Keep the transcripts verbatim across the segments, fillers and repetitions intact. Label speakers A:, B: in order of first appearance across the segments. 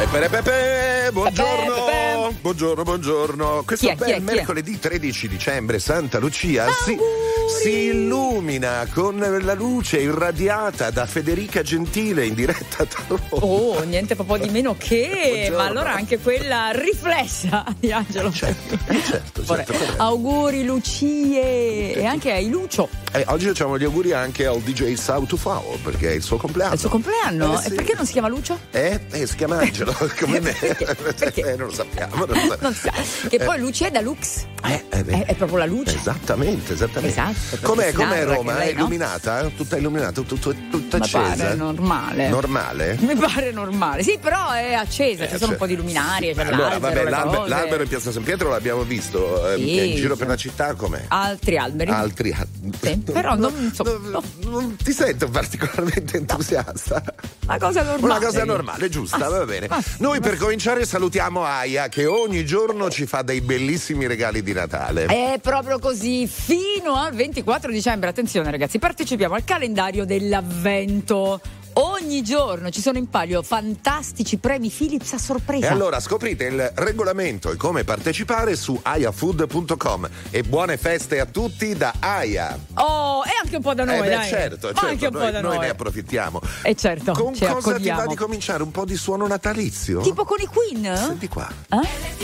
A: Pepe, pepe, buongiorno. Pepe. Buongiorno, buongiorno. Questo
B: chi è,
A: bel
B: chi è, chi
A: mercoledì
B: è?
A: tredici dicembre, Santa Lucia, si,
B: Auguri.
A: si illumina con la luce irradiata da Federica Gentile in diretta da Roma.
B: Oh, niente proprio di meno che,
A: Buongiorno.
B: ma allora anche quella riflessa di Angelo.
A: Certo, certo, certo.
B: Auguri Lucie e anche ai Lucio.
A: Eh, oggi facciamo gli auguri anche al D J Sao Tufao perché è il suo compleanno.
B: È il suo compleanno?
A: Eh, sì.
B: E perché non si chiama Lucio?
A: Eh? eh si chiama Angelo, come me.
B: Perché? Perché?
A: Eh, non lo sappiamo. Non lo
B: non sa. Che
A: eh.
B: poi Luce è da Lux.
A: Eh, eh,
B: è, è proprio la luce.
A: Esattamente, esattamente.
B: Esatto.
A: Com'è, com'è Roma?
B: Lei,
A: è illuminata? No? Tutta illuminata? Tutta, tutta
B: Mi
A: accesa?
B: pare normale.
A: Normale?
B: Mi pare normale. Sì, però è accesa,
A: Eh,
B: ci sono
A: cioè,
B: un po' di luminarie, c'è
A: allora,
B: l'albero,
A: vabbè,
B: le
A: l'albero,
B: cose.
A: l'albero in Piazza San Pietro l'abbiamo visto.
B: Sì,
A: eh, in giro
B: sì.
A: per la città com'è?
B: Altri alberi.
A: Altri alberi.
B: Sì, però non, insomma,
A: non,
B: no.
A: non ti sento particolarmente entusiasta.
B: Una cosa normale.
A: Una cosa normale, giusta,
B: Ah,
A: va bene.
B: ah,
A: Noi per cominciare salutiamo Aya che ogni giorno ci fa dei bellissimi regali di Natale.
B: È proprio così, fino al ventiquattro dicembre. Attenzione ragazzi, partecipiamo al calendario dell'avvento. Ogni giorno ci sono in palio fantastici premi Philips a sorpresa.
A: E allora scoprite il regolamento e come partecipare su ayafood punto com. E buone feste a tutti da Aya.
B: Oh, e anche un po' da noi,
A: eh beh,
B: dai.
A: certo,
B: Ma
A: certo,
B: anche un
A: noi,
B: po' da
A: noi
B: noi.
A: ne approfittiamo.
B: E certo,
A: con
B: ci
A: cosa
B: accogliamo.
A: ti va di cominciare? Un po' di suono natalizio?
B: Tipo con i Queen?
A: Senti qua.
B: Eh?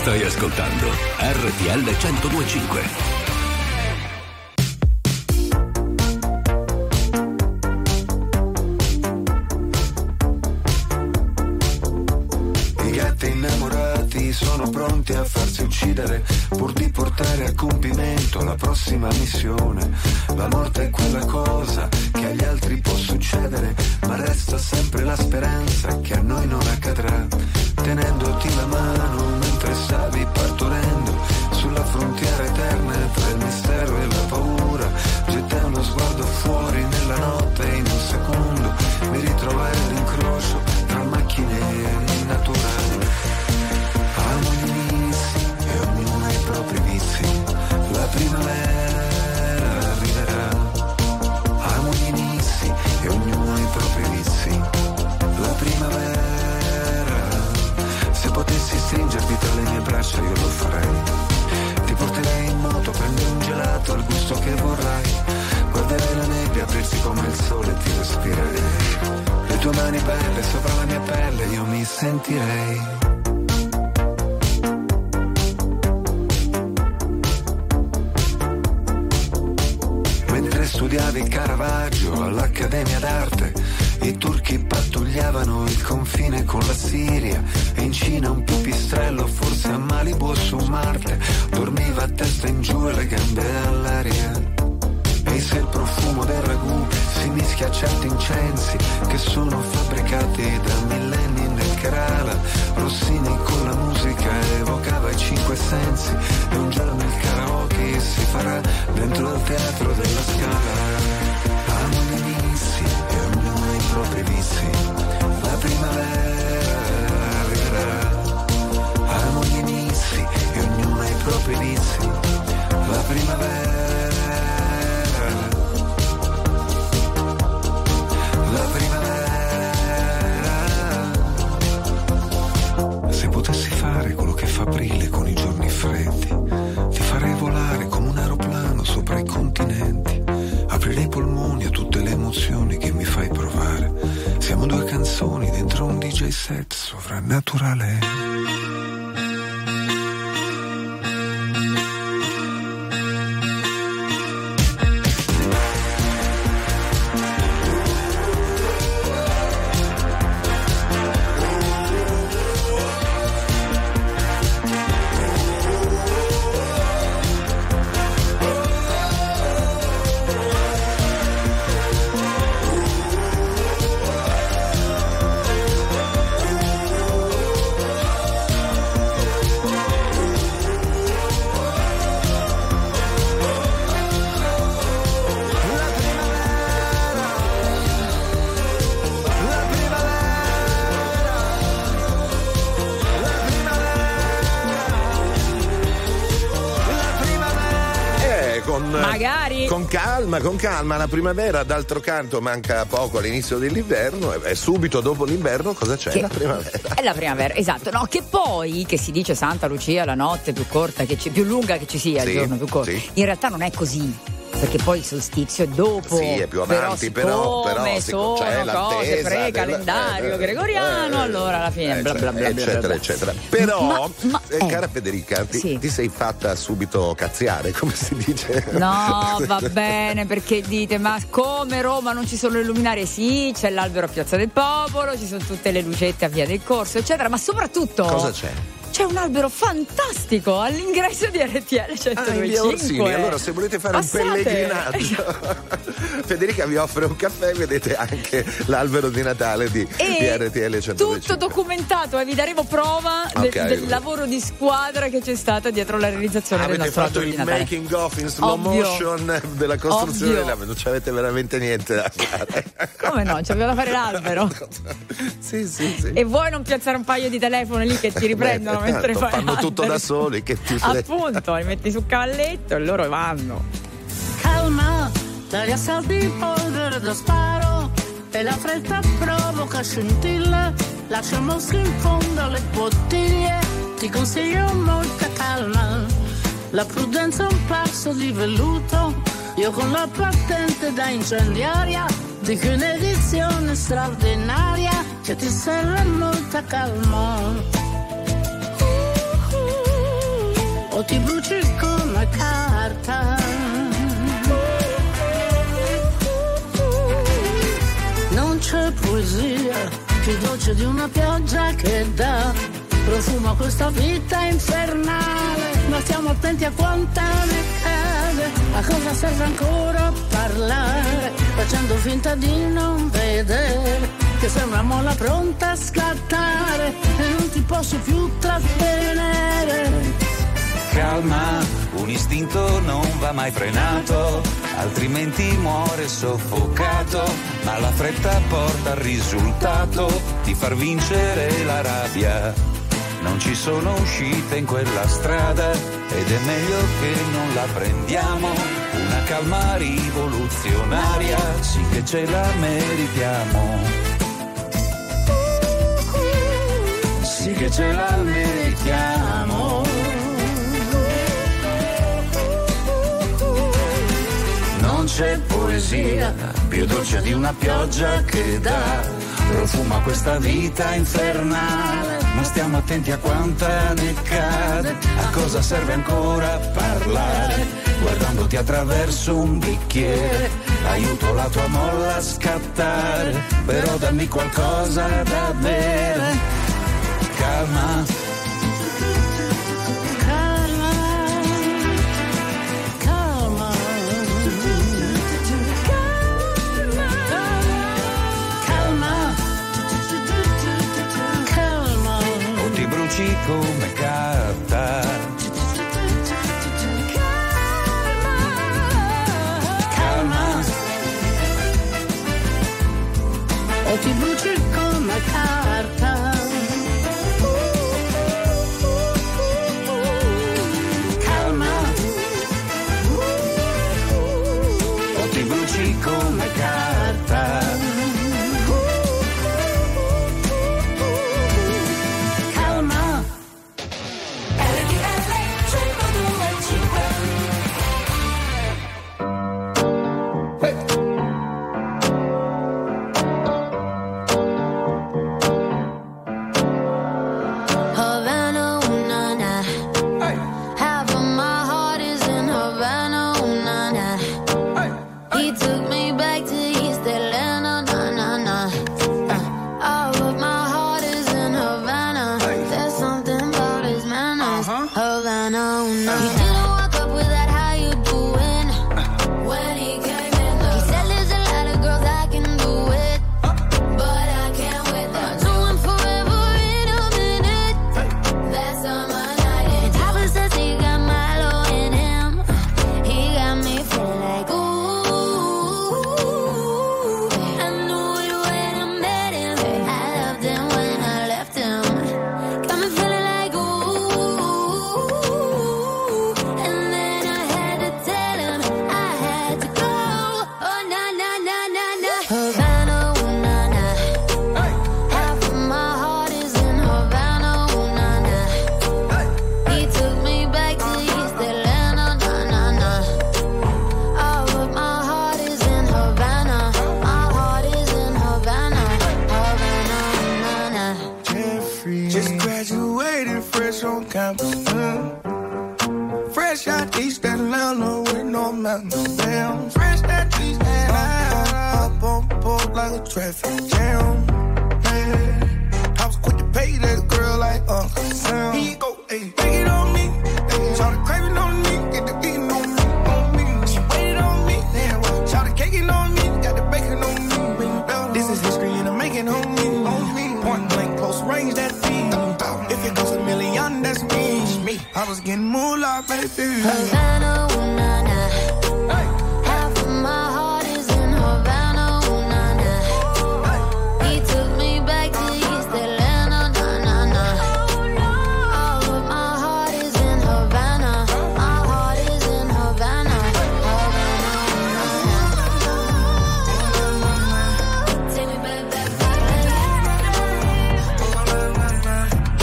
C: Stai ascoltando R T L centodue e cinque.
D: Sono pronti a farsi uccidere pur di portare a compimento la prossima missione. La morte è quella cosa che agli altri può succedere, ma resta sempre la speranza che a noi non accadrà. Tenendoti la mano mentre stavi partorendo sulla frontiera eterna tra il mistero e la paura, gettai uno sguardo fuori nella notte e in un secondo mi ritrovai all'incrocio tra macchine e naturali. Amo gli inizi e ognuno ha i propri vizi, la primavera arriverà. Amo gli inizi e ognuno ha i propri vizi, la primavera. Se potessi stringerti tra le mie braccia io lo farei. Ti porterei in moto, prendere un gelato al gusto che vorrai. Guarderei la nebbia aprirsi come il sole e ti respirerei. Le tue mani belle sopra la mia pelle io mi sentirei. Studiavi Caravaggio all'Accademia d'Arte, i turchi pattugliavano il confine con la Siria e in Cina un pipistrello, forse a Malibu o su Marte, dormiva a testa in giù e le gambe all'aria. E se il profumo del ragù si mischia a certi incensi che sono fabbricati da millenni nel Kerala, Rossini con la musica evocava i cinque sensi e un giorno il karaoke si farà dentro al teatro della Scala. Amo gli inizi e ognuno ha i propri vizi, la primavera arriverà. Amo gli inizi e ognuno ha i propri vizi, la primavera. La primavera. Se potessi fare quello che fa Aprile con i giorni freddi, ti farei volare come un aeroplano sopra i continenti. Aprirei i polmoni a tutte le emozioni che mi fai provare. Siamo due canzoni dentro un D J set sovrannaturale.
B: Magari.
A: Con calma, con calma, la primavera, d'altro canto manca poco all'inizio dell'inverno e, e subito dopo l'inverno cosa c'è? Che la primavera.
B: È la primavera, esatto. No, che poi che si dice Santa Lucia, la notte più corta che ci, più lunga che ci sia, sì, il giorno più corto. Sì. In realtà non è così. Perché poi il solstizio è dopo.
A: Sì, è più avanti, però, però, però
B: sono
A: c'è
B: cose pre-calendario
A: del...
B: gregoriano, eh, allora alla fine
A: eh,
B: bla bla bla
A: eccetera,
B: bla, bla.
A: eccetera. Però,
B: ma, ma,
A: eh,
B: eh.
A: cara Federica, ti,
B: sì.
A: ti sei fatta subito cazziare, come si dice?
B: No, va bene, perché dite, ma come Roma non ci sono le luminarie? Sì, c'è l'albero a Piazza del Popolo, ci sono tutte le lucette a Via del Corso, eccetera, ma soprattutto...
A: Cosa c'è?
B: C'è un albero fantastico all'ingresso di R T L centodue e cinque.
A: Ah, allora se volete fare Passate. un pellegrinaggio Federica vi offre un caffè, vedete anche l'albero di Natale di, di R T L centodue e cinque.
B: Tutto documentato e vi daremo prova
A: okay,
B: del, del lavoro di squadra che c'è stata dietro la realizzazione
A: avete
B: del nostro albero di Natale.
A: Avete fatto il making of in slow
B: Ovvio.
A: motion della costruzione dell'albero, non c'avete veramente niente da fare.
B: Come no? C'aveva da fare l'albero.
A: Sì, sì, sì.
B: E vuoi non piazzare un paio di telefoni lì che ti riprendono?
A: Beh,
B: mentre fai
A: fanno
B: l'albero.
A: tutto da soli, che ti
B: appunto, li metti sul cavalletto e loro vanno.
E: Calma, dagli assalti di polvere da sparo e la fretta provoca scintille, lascia mosche in fondo alle bottiglie, ti consiglio molta calma, la prudenza è un passo di velluto, io con la patente da incendiaria dico un'edizione straordinaria che ti serve molta calma. o ti bruci come carta. Non c'è poesia più dolce di una pioggia che dà profumo a questa vita infernale, ma stiamo attenti a quanta ne cade, a cosa serve ancora parlare, facendo finta di non vedere, che sei una molla pronta a scattare e non ti posso più trattenere.
F: Calma, un istinto non va mai frenato, altrimenti muore soffocato, ma la fretta porta al risultato di far vincere la rabbia. Non ci sono uscite in quella strada ed è meglio che non la prendiamo, una calma rivoluzionaria, sì che ce la meritiamo, sì che ce la meritiamo. Non c'è poesia più dolce di una pioggia che dà profumo a questa vita infernale, ma stiamo attenti a quanta ne cade, a cosa serve ancora parlare, guardandoti attraverso un bicchiere, aiuto la tua molla a scattare, però dammi qualcosa da bere. Calma, come carta. Calma,
E: o ti bruci come carta. Calma,
F: o ti bruci come carta.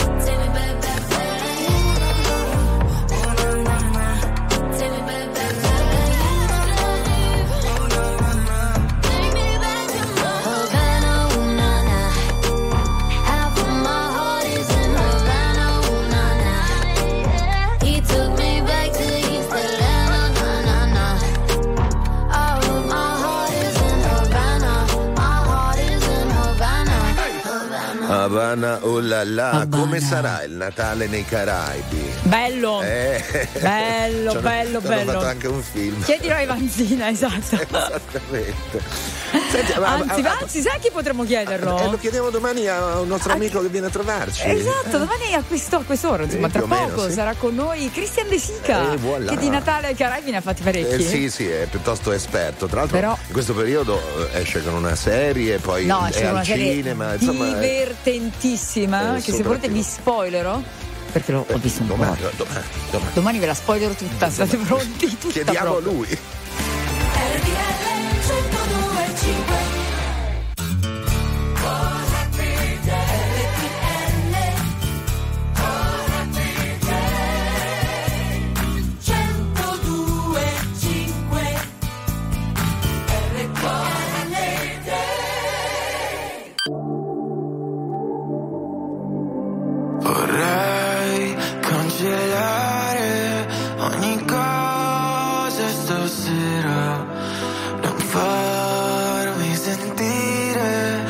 G: Take me back, back, back.
A: Havana, oh là là,
B: Havana.
A: Come sarà il Natale nei Caraibi?
B: Bello,
A: Eh.
B: bello,
A: Ci hanno-
B: bello,
A: ci hanno
B: bello.
A: fatto anche un film.
B: Chiedilo a Evanzina, esatto.
A: Esattamente. Senti, ma-
B: Anzi,
A: ma-
B: anzi, sai a chi potremmo chiederlo?
A: Eh, lo chiediamo domani a un nostro
B: A
A: amico
B: chi-
A: che viene a trovarci.
B: Esatto, domani a questo- a quest'ora, insomma,
A: Eh,
B: tra
A: più o meno,
B: poco
A: sì.
B: sarà con noi Christian De Sica,
A: Eh, voilà.
B: che di Natale ai Caraibi ne ha fatti
A: Eh,
B: parecchi.
A: sì, sì, è piuttosto esperto. Tra l'altro,
B: Però-
A: in questo periodo eh, esce con una serie, poi
B: No,
A: è
B: c'è
A: al
B: una serie
A: cinema. Insomma, è-
B: divertentissima,
A: eh,
B: che se volete vi
A: soprattutto.
B: spoilerò, perché l'ho ho visto un
A: domani,
B: po'.
A: domani, domani.
B: Domani ve la spoilerò tutta, state pronti? Tutta
A: Chiediamo a
B: proprio.
A: lui.
G: Vorrei cancellare ogni cosa stasera, non farmi sentire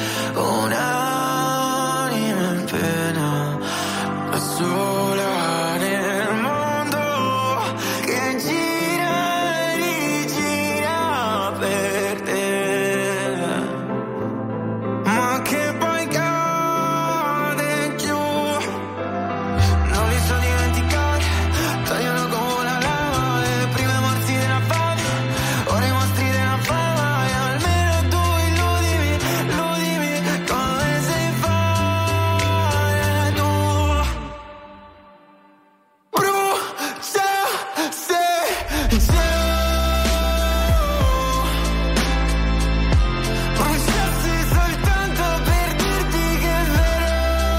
G: un'anima in pena, da sola nel mondo che gira e rigira per te, ma che poi cade giù. Non li so dimenticare, tagliano come la lava, le prime morti della fame, ora i mostri della fama, e almeno tu illudimi, illudimi, come sei fare tu. Brucia se bruciassi soltanto per dirti che è vero.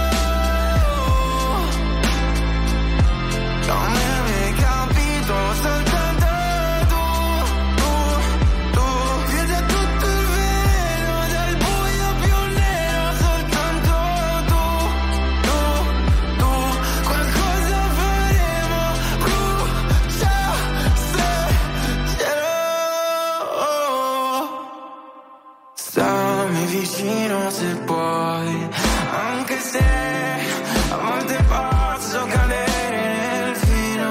G: Come hai capito soltanto tu, tu, tu, chiudi tutto il velo dal buio più nero, soltanto tu, tu, tu, qualcosa faremo, brucia se cielo. Stammi vicino se puoi, anche se a volte posso cadere nel fino.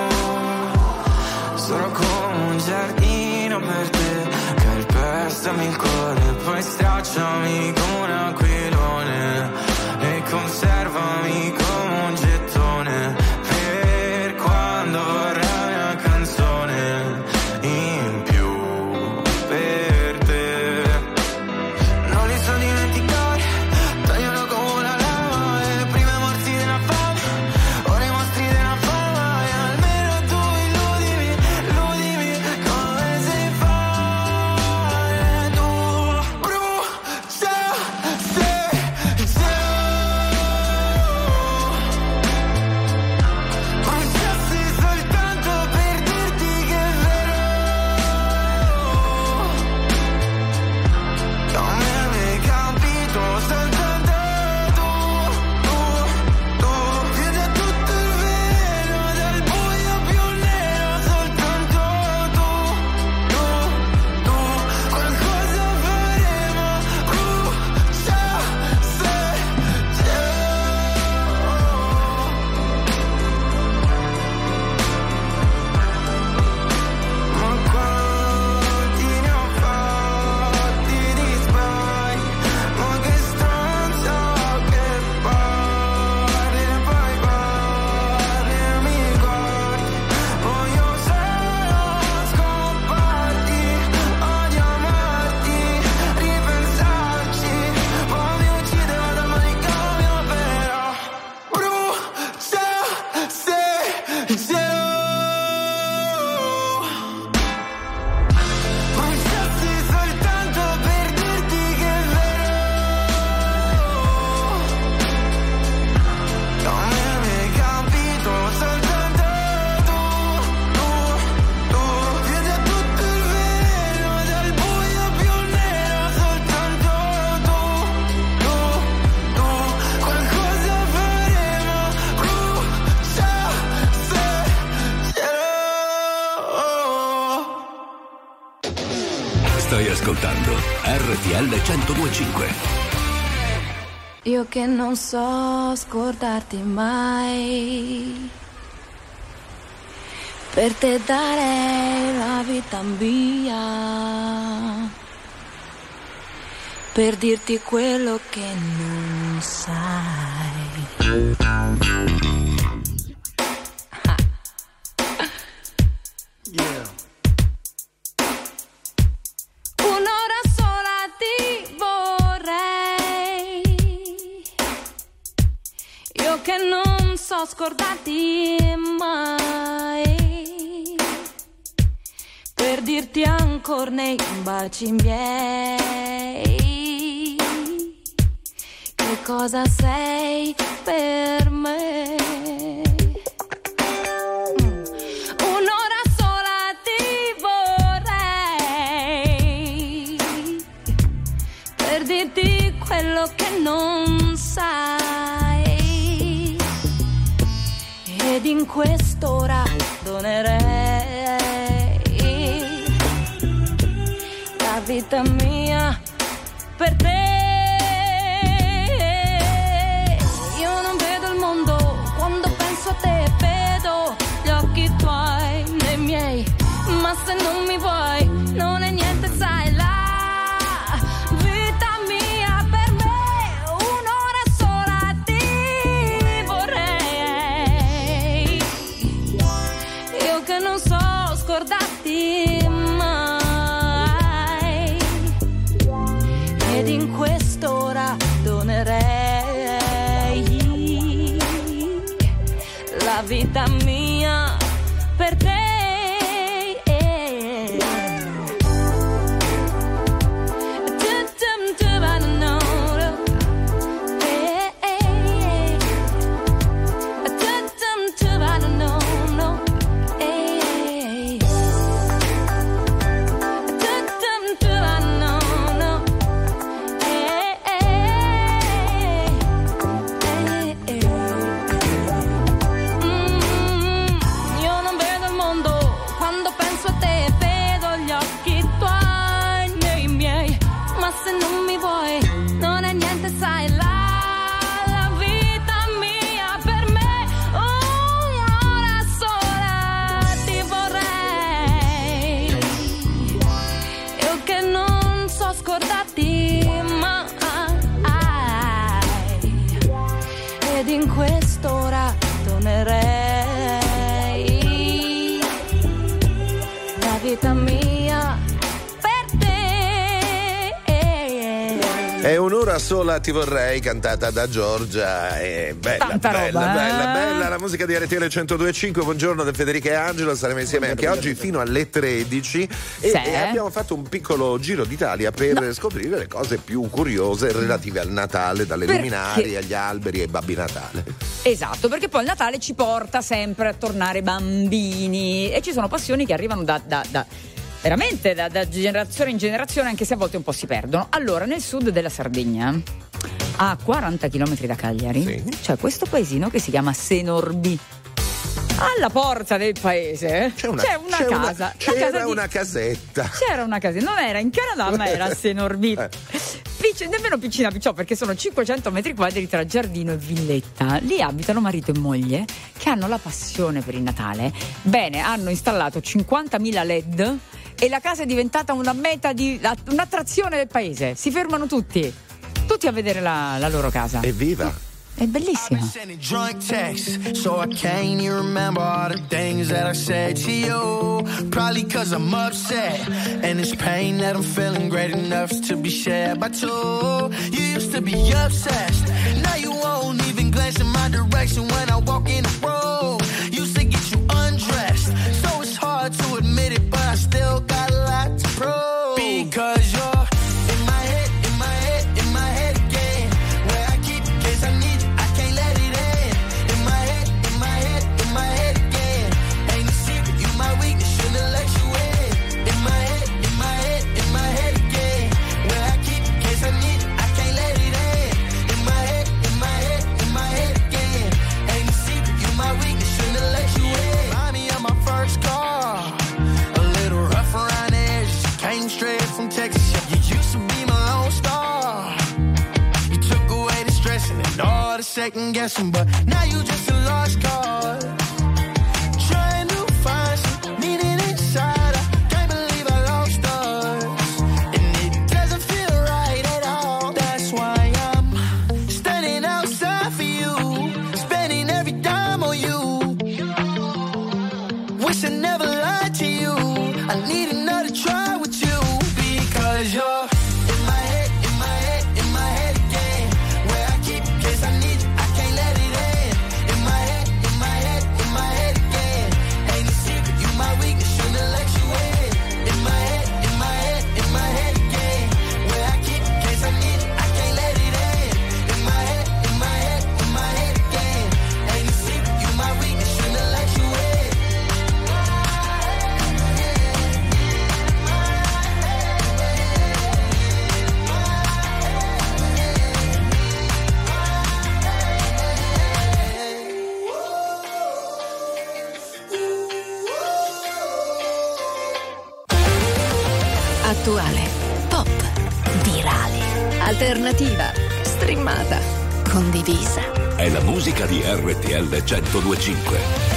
G: Sono come un giardino per te, calpestami il cuore, poi stracciami come un aquilone e conservami come un gettone per quando vorrai una canzone in più per te. Non li so dimenticare, tagliano come la lava, le prime morti della fame, ora i mostri della fama, e almeno tu illudimi, illudimi, come sei fare tu. Brucia se bruciassi soltanto per dirti che è vero. Come hai capito soltanto tu, tu, tu, chiudi tutto il velo dal buio più nero, soltanto tu, tu, tu, qualcosa faremo, brucia se cielo. Ma quanti ne ho fatti di sbagli, ma che stronza che parli e poi parli e mi guardi. Voglio solo scomparti, odio amarti, ripensarci, poi mi uccide vado al manicomio però. Brucia se cielo. Bruciassi soltanto per dirti che è vero. Come hai capito soltanto tu, tu, tu, chiudi tutto il velo dal buio più nero, soltanto tu, tu, tu, qualcosa faremo, brucia se cielo.
C: Stai ascoltando R T L centodue e cinque.
H: Io che non so scordarti mai, per te darei la vita mia, per dirti quello che non sai.
D: Yeah.
H: Un'ora sola ti vorrei, io che non so scordarti mai, per dirti ancora nei baci miei che cosa sei per me. Un'ora sola ti vorrei, per dirti quello che non sai, ed in quest'ora donerei la vita mia per te. Io non vedo il mondo quando penso a te, vedo gli occhi tuoi nei miei, ma se non mi vuoi non è niente, sai, la vita mia per me. Un'ora sola ti vorrei, io che non so scordarti mai, ed in quest'ora donerei la vita mia per te. In quest'ora donerei la vita mia per te.
A: È un'ora sola ti vorrei, cantata da Giorgia. È bella,
B: Tanta
A: bella,
B: roba,
A: bella,
B: eh?
A: bella la musica di R T L centodue e cinque. Buongiorno da Federica e Angelo, saremo insieme anche oggi fino alle tredici e,
B: Sì.
A: e abbiamo fatto un piccolo giro d'Italia per no. scoprire le cose più curiose relative al Natale, dalle
B: Perché?
A: luminarie agli alberi ai Babbi Natale.
B: Esatto, perché poi il Natale ci porta sempre a tornare bambini e ci sono passioni che arrivano da, da, da veramente da, da generazione in generazione, anche se a volte un po' si perdono. Allora, nel sud della Sardegna, a quaranta chilometri da Cagliari, sì, c'è questo paesino che si chiama Senorbi. Alla porta del paese c'è una,
A: c'è
B: una
A: c'è
B: casa.
A: Una, c'era
B: casa di,
A: una casetta.
B: C'era una casa, non era in Canada, ma era a Senorbi. Eh. Pic- nemmeno piccina picciò, perché sono cinquecento metri quadri tra giardino e villetta. Lì abitano marito e moglie che hanno la passione per il Natale. Bene, hanno installato cinquantamila L E D e la casa è diventata una meta di un'attrazione del paese. Si fermano tutti, tutti a vedere la, la loro casa.
A: Evviva!
B: È bellissimo.
I: Drunk texts, so I can't even remember all the things that I said to you. Probably cause I'm upset, and it's pain that I'm feeling great enough to be shared by two. You used to be obsessed, now you won't even glance in my direction when I walk in the room. Used to get you undressed, so it's hard to admit it, but I still got a lot to prove. Because you're in my head, in my head, in my head again. Where I keep in case I need you. My started second guessing, but now you just a lost cause. Trying to find some meaning inside. I can't believe I lost us, and it doesn't feel right at all. That's why I'm standing outside for you, spending every dime on you. Wish I never lied to you. I need another try with you, because you're in my head, in my head, in my head again. Where I keep, cause I need you, I can't let it end. In my head, in my head, in my head again. Ain't a secret, you my weakness, shouldn't let you in. In my head, in my head, in my head again. Where I keep, cause I need you, I can't let it end. In my head, in my head, in my head again. Ain't a secret, you my weakness, shouldn't let you in.
J: Attuale, pop, virale, alternativa, streamata, condivisa.
C: È la musica di R T L centodue e cinque.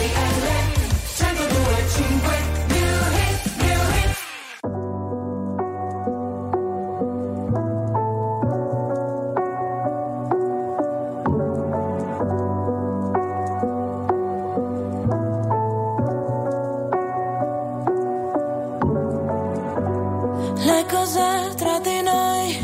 K: Le cose tra di noi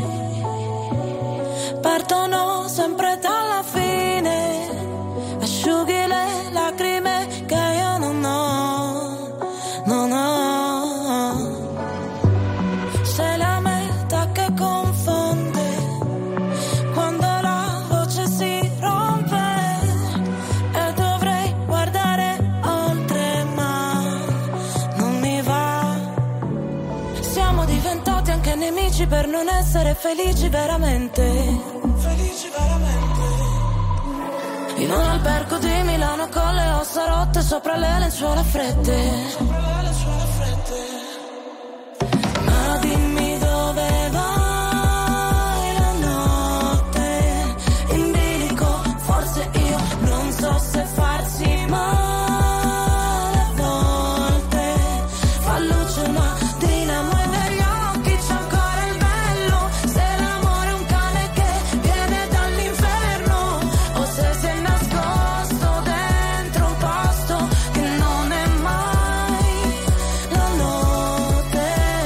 K: partono sempre dalla fine. Asciughi le lacrime che io non ho, non ho. Sei la meta che confonde quando la voce si rompe, e dovrei guardare oltre ma non mi va. Siamo diventati anche nemici per non essere felici veramente. Felici veramente. In un albergo di Milano con le ossa rotte sopra le lenzuola fredde. Sopra le lenzuola fredde. Ma dimmi dove vai la notte in bilico. Forse io non so se farsi male a volte. Fa luce una dinamo e negli occhi c'è ancora il bello. Se l'amore è un cane che viene dall'inferno, o se si è nascosto dentro un posto che non è mai la notte.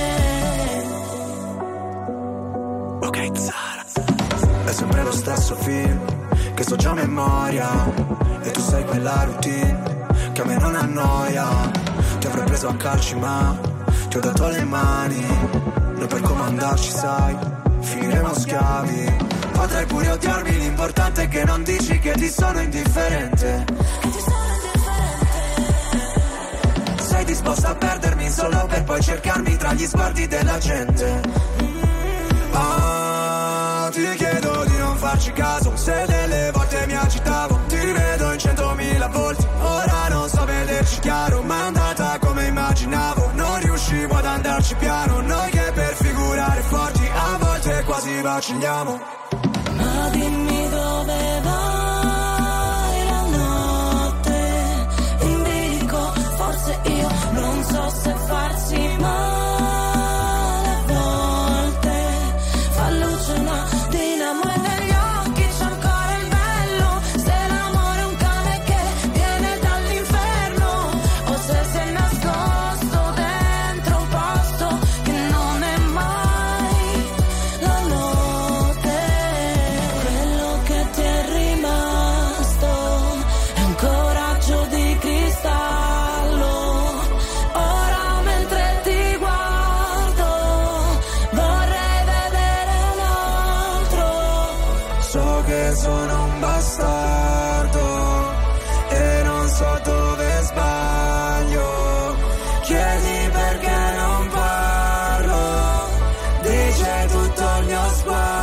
D: Ok Zara, è sempre lo stesso film che so già a memoria, e tu sai quella routine che a me non annoia. Ti avrei preso a calci ma ti ho dato le mani. Noi per comandarci sai, finiremo schiavi. Potrai pure odiarmi, l'importante è che non dici che ti sono indifferente. Sei disposta a perdermi solo per poi cercarmi tra gli sguardi della gente. Ah, ti chiedo di non farci caso, se delle volte mi agitavo. Ti rivedo in centomila volti, ora non so vederci chiaro. Ma è andata come immaginavo, non riuscivo ad andarci piano. Noi che per figurare forti a volte quasi vacilliamo.
K: Ma dimmi dove vai la notte in bilico. Forse io non so se farsi male a volte. Fa luce una dinamo e negli occhi c'è ancora il bello. Se l'amore è un cane che viene dall'inferno, o se si è nascosto dentro un posto che non è mai la notte. Quello che ti è rimasto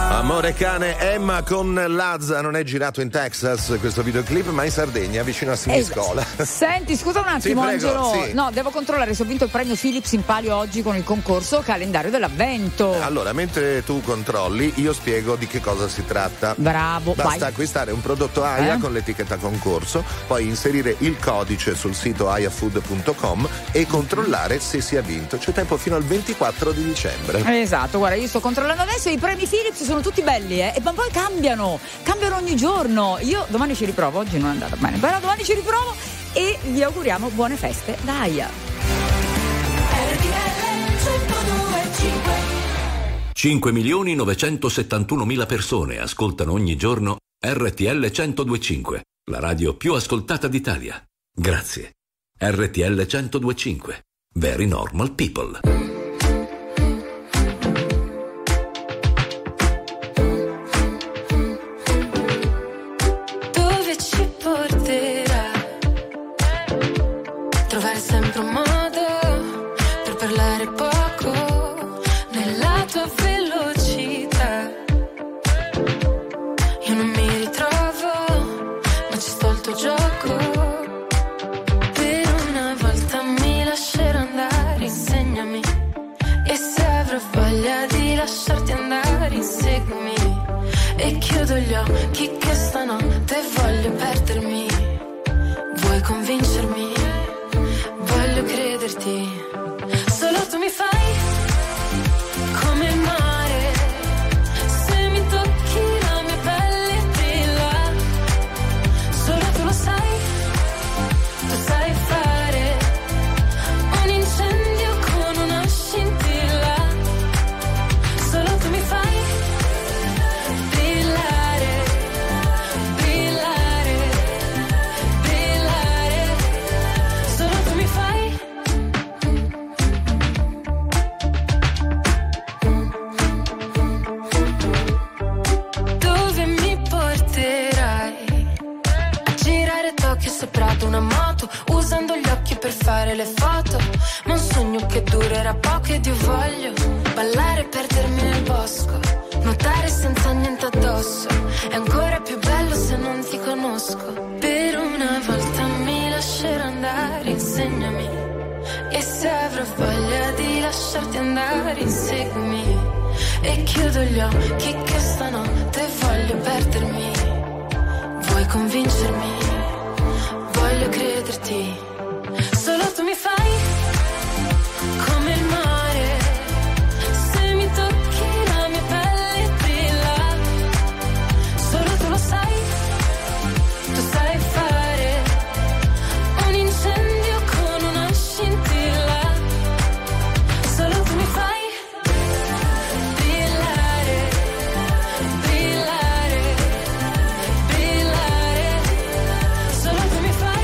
A: Amore cane, Emma con Lazza. Non è girato in Texas questo videoclip, ma in Sardegna, vicino a Siniscola.
B: Esatto. Senti, scusa un attimo,
A: sì, prego,
B: Angelo.
A: sì.
B: No, devo controllare se ho vinto il premio Philips in palio oggi con il concorso calendario dell'avvento.
A: Allora, mentre tu controlli, io spiego di che cosa si tratta.
B: Bravo,
A: Basta
B: vai.
A: acquistare un prodotto AIA
B: Eh?
A: con l'etichetta concorso, poi inserire il codice sul sito aiafood punto com e controllare se si è vinto. C'è tempo fino al ventiquattro di dicembre.
B: Esatto, guarda, io sto controllando adesso, i premi Philips sono tutti belli, eh, e ma poi cambiano, cambiano ogni giorno. Io domani ci riprovo, oggi non è andata bene, però domani ci riprovo e vi auguriamo buone feste da AIA.
C: cinque milioni novecentosettantunomila persone ascoltano ogni giorno R T L centodue e cinque, la radio più ascoltata d'Italia. Grazie. R T L centodue e cinque. Very normal people.
H: Dove ci porterà? Trovare sempre un modo per parlare poco nella tua velocità. Io non mi ritrovo, ma ci sto il tuo gioco. Per una volta mi lascerò andare, insegnami. E se avrò voglia di lasciarti andare, inseguimi. E chiudo gli occhi che stanotte voglio perdermi. Vuoi convincermi? Voglio crederti. Solo tu mi fai come il mare. Se mi tocchi la mia pelle brilla. Solo tu lo sai. Tu sai fare un incendio con una scintilla. Solo tu mi fai brillare, brillare, brillare. Solo tu mi fai. Dove mi porterai? A girare Tokyo sopra ad una moto, usando gli occhi per fare le foto. Ma un sogno che durerà poco ed io voglio ballare e perdermi nel bosco, nuotare senza niente addosso. È ancora più bello se non ti conosco. Per una volta mi lascerò andare, insegnami. E se avrò voglia di lasciarti andare, inseguimi. E chiudo gli occhi che stanotte voglio perdermi. Vuoi convincermi? Voglio crederti. Solo tu mi fai come il mare. Se mi tocchi la mia pelle brilla. Solo tu lo sai. Tu sai fare un incendio con una scintilla. Solo tu mi fai brillare, brillare, brillare. Solo tu mi fai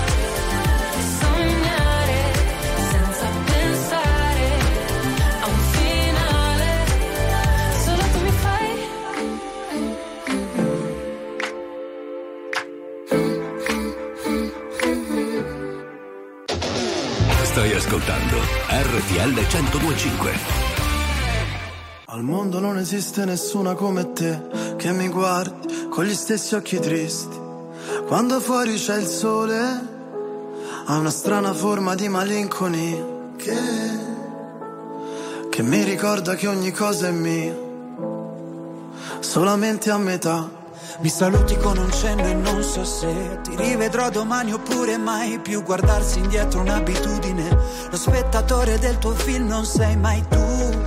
H: sognare senza pensare a un finale. Solo tu mi fai.
C: Stai ascoltando R T L centodue e cinque.
I: Al mondo non esiste nessuna come te che mi guardi con gli stessi occhi tristi. Quando fuori c'è il sole, ha una strana forma di malinconia che, che mi ricorda che ogni cosa è mia, solamente a metà.
L: Mi saluti con un cenno e non so se ti rivedrò domani oppure mai più. Guardarsi indietro un'abitudine, lo spettatore del tuo film non sei mai tu.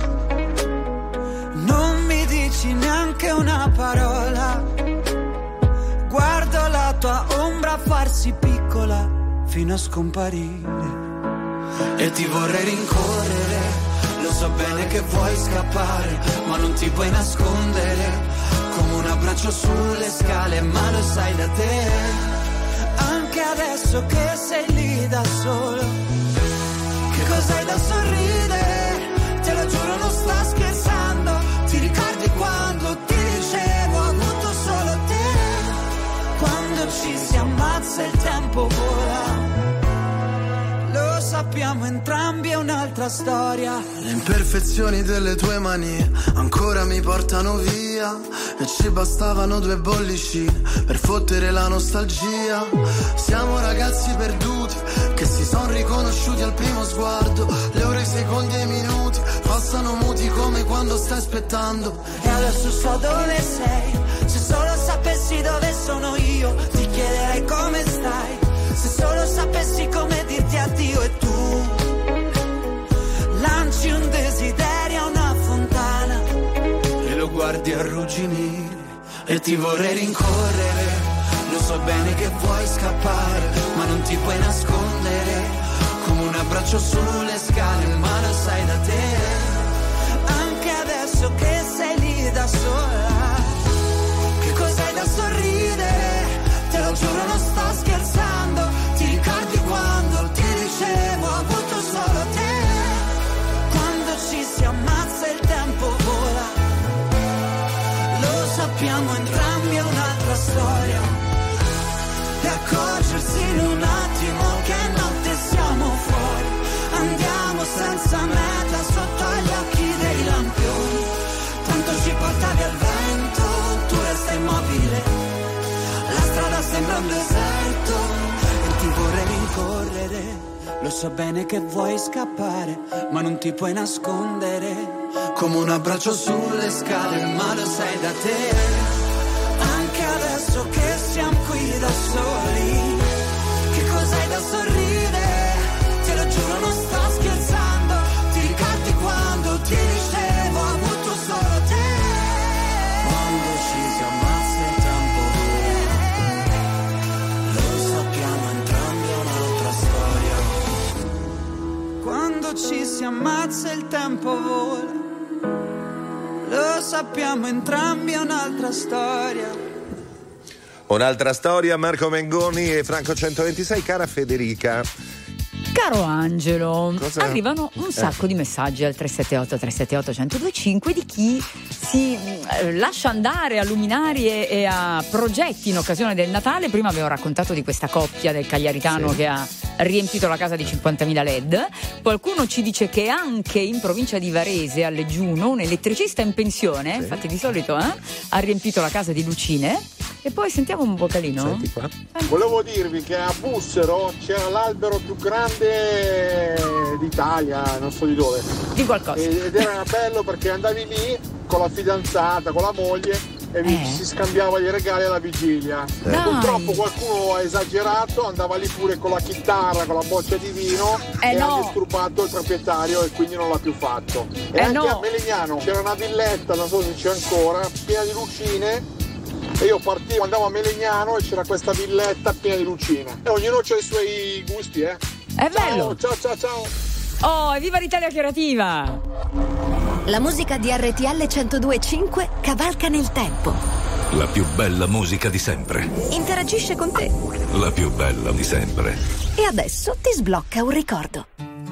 L: Non mi dici neanche una parola, guardo la tua ombra farsi piccola fino a scomparire.
I: E ti vorrei rincorrere, lo so bene che vuoi scappare, ma non ti puoi nascondere. Come un abbraccio sulle scale, ma lo sai da te.
L: Anche adesso che sei lì da solo,
I: Che cos'hai da sorridere? Te lo giuro non sto scherzando. Ti ricordi quando ti dicevo ho avuto solo te?
L: quando ci si ammazza il tempo vola. Lo sappiamo sappiamo entrambi è un'altra storia.
I: Le imperfezioni delle tue mani ancora mi portano via, e ci bastavano due bollicine per fottere la nostalgia. Siamo ragazzi perduti che si son riconosciuti al primo sguardo. Le ore, i secondi e i minuti passano muti come quando stai aspettando.
L: E adesso so dove sei, se solo sapessi dove sono io ti chiederei come stai. Se solo sapessi come dirti addio e tu lanci un desiderio a una fontana
I: e lo guardi arrugginire e ti vorrei rincorrere. Lo so bene che vuoi scappare ma non ti puoi nascondere, come un abbraccio sulle scale, ma lo sai da te.
L: Anche adesso che sei lì da sola, che cos'hai da sorridere? Te lo giuro non sto scherzando. Ti ricordi quando ti dicevo ho avuto solo te? Quando ci si ammazza il tempo vola, lo sappiamo entrambi è un'altra storia. E accorgersi in un attimo che notte siamo fuori, andiamo senza meta sotto agli occhi dei lampioni. Tanto ci portavi al vento, tu resta immobile, la strada sembra un deserto e ti vorrei rincorrere. Lo so bene che vuoi scappare ma non ti puoi nascondere,
I: come un abbraccio sulle scale, ma lo sai da te.
L: Anche adesso che siamo qui da soli, che cos'hai da sorridere? Te lo giuro non sto scherzando. Ti ricordi quando ti dicevo ho avuto solo te? Quando ci si ammazza il tempo vola, lo sappiamo entrambi è un'altra storia. Quando ci si ammazza il tempo vola, lo sappiamo entrambi è un'altra storia.
A: Un'altra storia, Marco Mengoni e Franco centoventisei. Cara Federica,
B: caro Angelo,
A: cosa?
B: Arrivano un sacco eh. di messaggi al tre sette otto tre sette otto uno zero due cinque di chi si eh, lascia andare a luminarie e a progetti in occasione del Natale. Prima avevo raccontato di questa coppia del Cagliaritano, sì, che ha riempito la casa di cinquantamila led. Qualcuno ci dice che anche in provincia di Varese, a Leggiuno, un elettricista in pensione, sì, infatti di solito eh, ha riempito la casa di lucine. E poi sentiamo un vocalino.
A: Senti qua.
M: Volevo dirvi che a Bussero c'era l'albero più grande d'Italia, non so di dove.
B: Di qualcosa.
M: Ed era bello perché andavi lì con la fidanzata, con la moglie e vi
B: Eh.
M: si scambiava i regali alla vigilia.
B: Dai.
M: Purtroppo qualcuno ha esagerato, andava lì pure con la chitarra, con la boccia di vino
B: Eh
M: e
B: no.
M: ha disturbato il proprietario e quindi non l'ha più fatto. E
B: Eh
M: anche
B: no.
M: a Melegnano c'era una villetta, non so se c'è ancora, piena di lucine. E io partivo, andavo a Melegnano e c'era questa villetta piena di lucine. E ognuno ha i suoi gusti, eh.
B: È
M: Ciao,
B: bello.
M: ciao, ciao, ciao.
B: Oh, evviva l'Italia creativa!
J: La musica di R T L centodue e cinque cavalca nel tempo.
C: La più bella musica di sempre.
J: Interagisce con te.
C: La più bella di sempre.
J: E adesso ti sblocca un ricordo.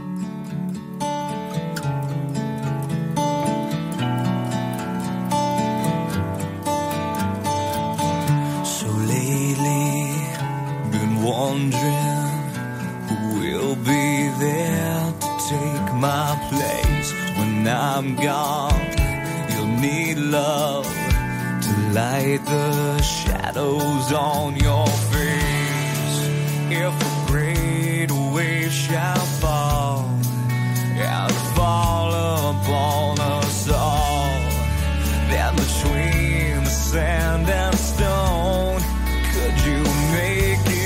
N: Wondering who will be there to take my place when I'm gone. You'll need love to light the shadows on your face. If a great wave shall fall and fall upon us all, then between the sand and stone, could you make it?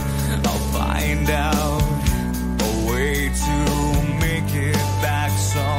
N: Out a way to make it back some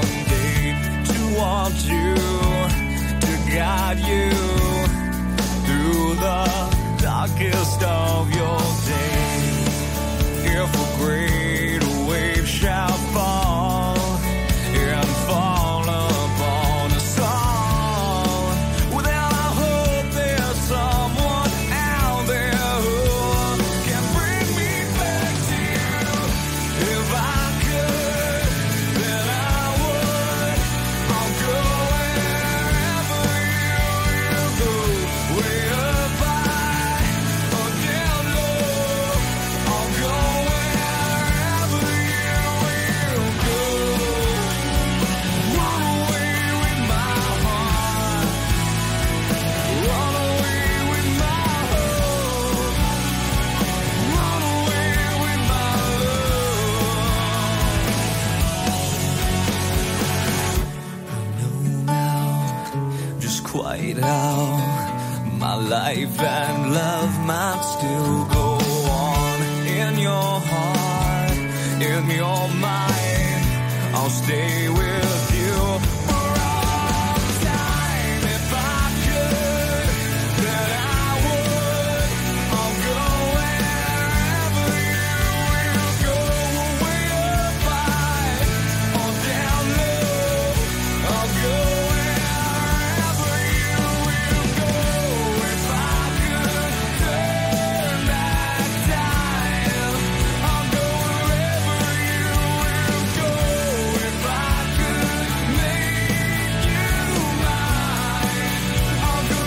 N: out, my life and love might still go on. In your heart, in your mind, I'll stay with you for all time. If I could, then I would. I'll go wherever you will go, way up high or down low. I'll go wherever you will go. If I could turn back time, I'll go wherever you will go. If I could make you mine, I'll go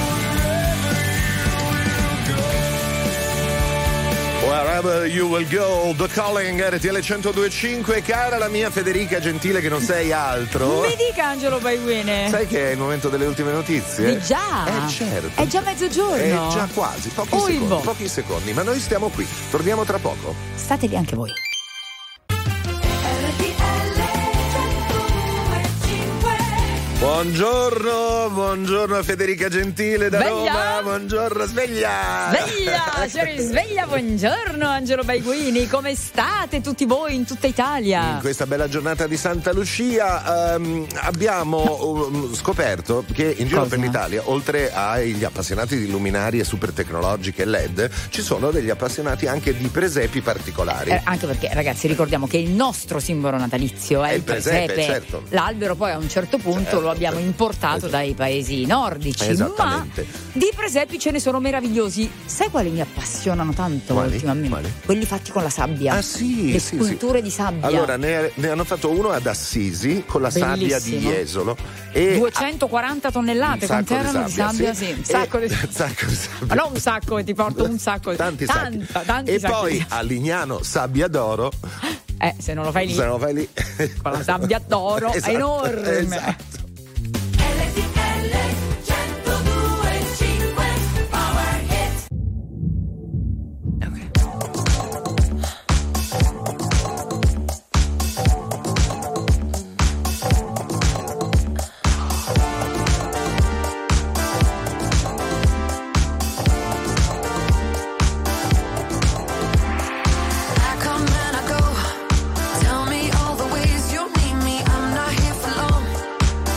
A: Wherever you will go, The Calling, R T L centodue e cinque. Cara la mia Federica Gentile, che non sei altro.
B: Mi dica Angelo Baiguene.
A: Sai che è il momento delle ultime notizie?
B: Di già?
A: Eh certo.
B: È già mezzogiorno.
A: È già quasi, pochi
B: Ui,
A: secondi,
B: boh.
A: pochi secondi, ma noi stiamo qui. Torniamo tra poco.
B: State lì anche voi.
A: Buongiorno, buongiorno Federica Gentile da
B: Sveglia.
A: Roma. Buongiorno, sveglia.
B: Sveglia, signori, sveglia, buongiorno Angelo Baiguini, come state tutti voi in tutta Italia?
A: In questa bella giornata di Santa Lucia ehm, abbiamo um, scoperto che in giro
B: Cosa?
A: per l'Italia, oltre agli appassionati di luminarie super tecnologiche L E D, ci sono degli appassionati anche di presepi particolari.
B: Eh, anche perché, ragazzi, ricordiamo che il nostro simbolo natalizio è,
A: È
B: il
A: il presepe,
B: presepe.
A: certo.
B: L'albero poi a un certo punto
A: Certo.
B: lo abbiamo importato dai paesi nordici,
A: Esattamente.
B: ma di presepi ce ne sono meravigliosi. Sai quali mi appassionano tanto
A: Quali?
B: ultimamente?
A: Quali?
B: Quelli fatti con la sabbia.
A: Ah sì,
B: le
A: sì,
B: sculture
A: sì.
B: di sabbia.
A: Allora ne, ne hanno fatto uno ad Assisi con la sabbia di
B: Bellissimo.
A: Jesolo e
B: duecentoquaranta tonnellate,
A: un sacco
B: quante erano di sabbia? Sì, un sacco
A: E-
B: di
A: un sacco di sabbia.
B: Ma non un sacco, che ti porto un sacco.
A: Tanti sacchi.
B: Tanta, tanti
A: e
B: sacchi
A: poi
B: di-
A: a Lignano sabbia d'oro.
B: Eh, se non lo fai lì,
A: Se non lo fai lì
B: con la sabbia d'oro,
A: Esatto,
B: è enorme.
A: esatto.
K: I come and I go. Tell me all the ways you need me. I'm not here for long.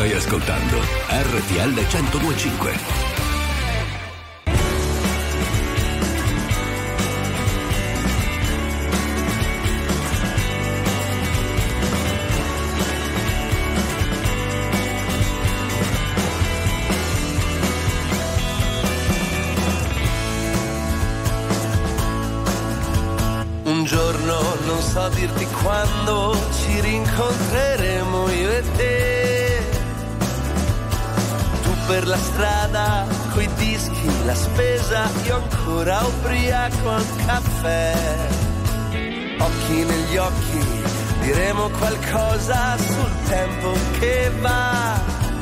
C: Stai ascoltando R T L centodue e cinque.
O: Non so dirti quando ci rincontreremo io e te. Tu per la strada, coi dischi, la spesa, io ancora ubriaco al caffè. Occhi negli occhi, diremo qualcosa sul tempo che va.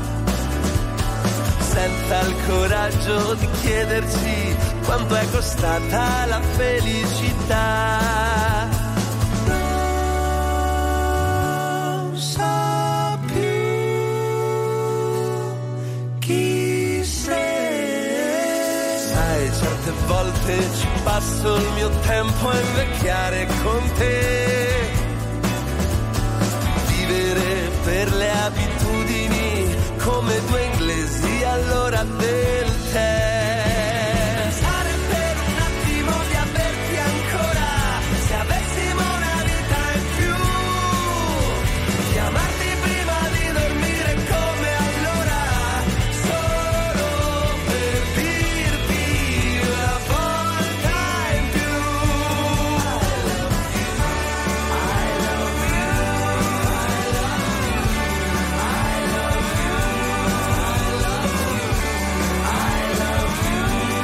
O: Senza il coraggio di chiederci quanto è costata la felicità. Certe volte ci passo il mio tempo a invecchiare con te. Vivere per le abitudini come due inglesi all'ora del tè. Pensare per un attimo di averti ancora, se avessimo una vita in più. Chiamarti prima di dormire come allora, solo per dirti una volta in più. I love you, I love you, I love you,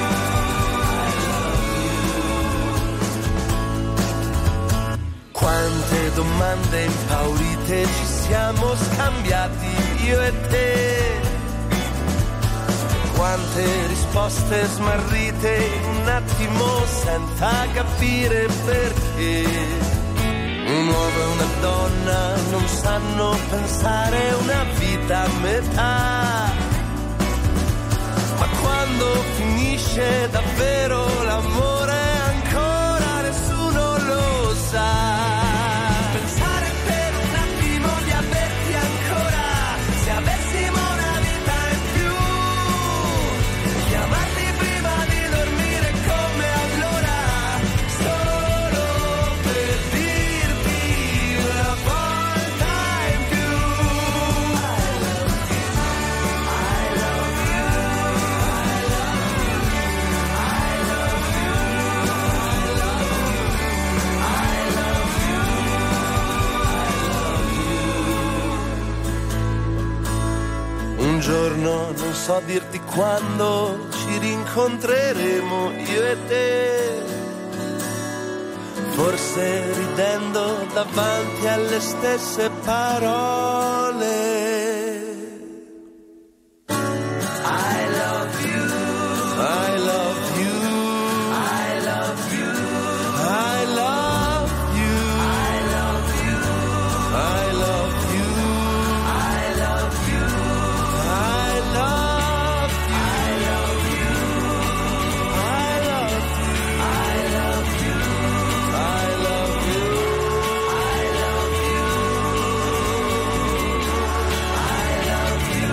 O: quante domande impaurite ci siamo scambiati io e te. Quante risposte smarrite in un attimo senza capire perché. Un uomo e una donna non sanno pensare una vita a metà. Ma quando finisce davvero l'amore ancora nessuno lo sa. Pensare per un attimo di averti ancora, se avessimo una vita in più. Chiamarti prima di dormire come allora, solo per dirti una volta in più. I love you, I love you, I love you, un giorno non so dirti quando ci rincontreremo io e te. Forse ridendo davanti alle stesse parole. I love you, I love you, I love you, I love you, I love you, I love you, I love you, I love you, I love you, I love you, I love you, I love you, I love you, I love you.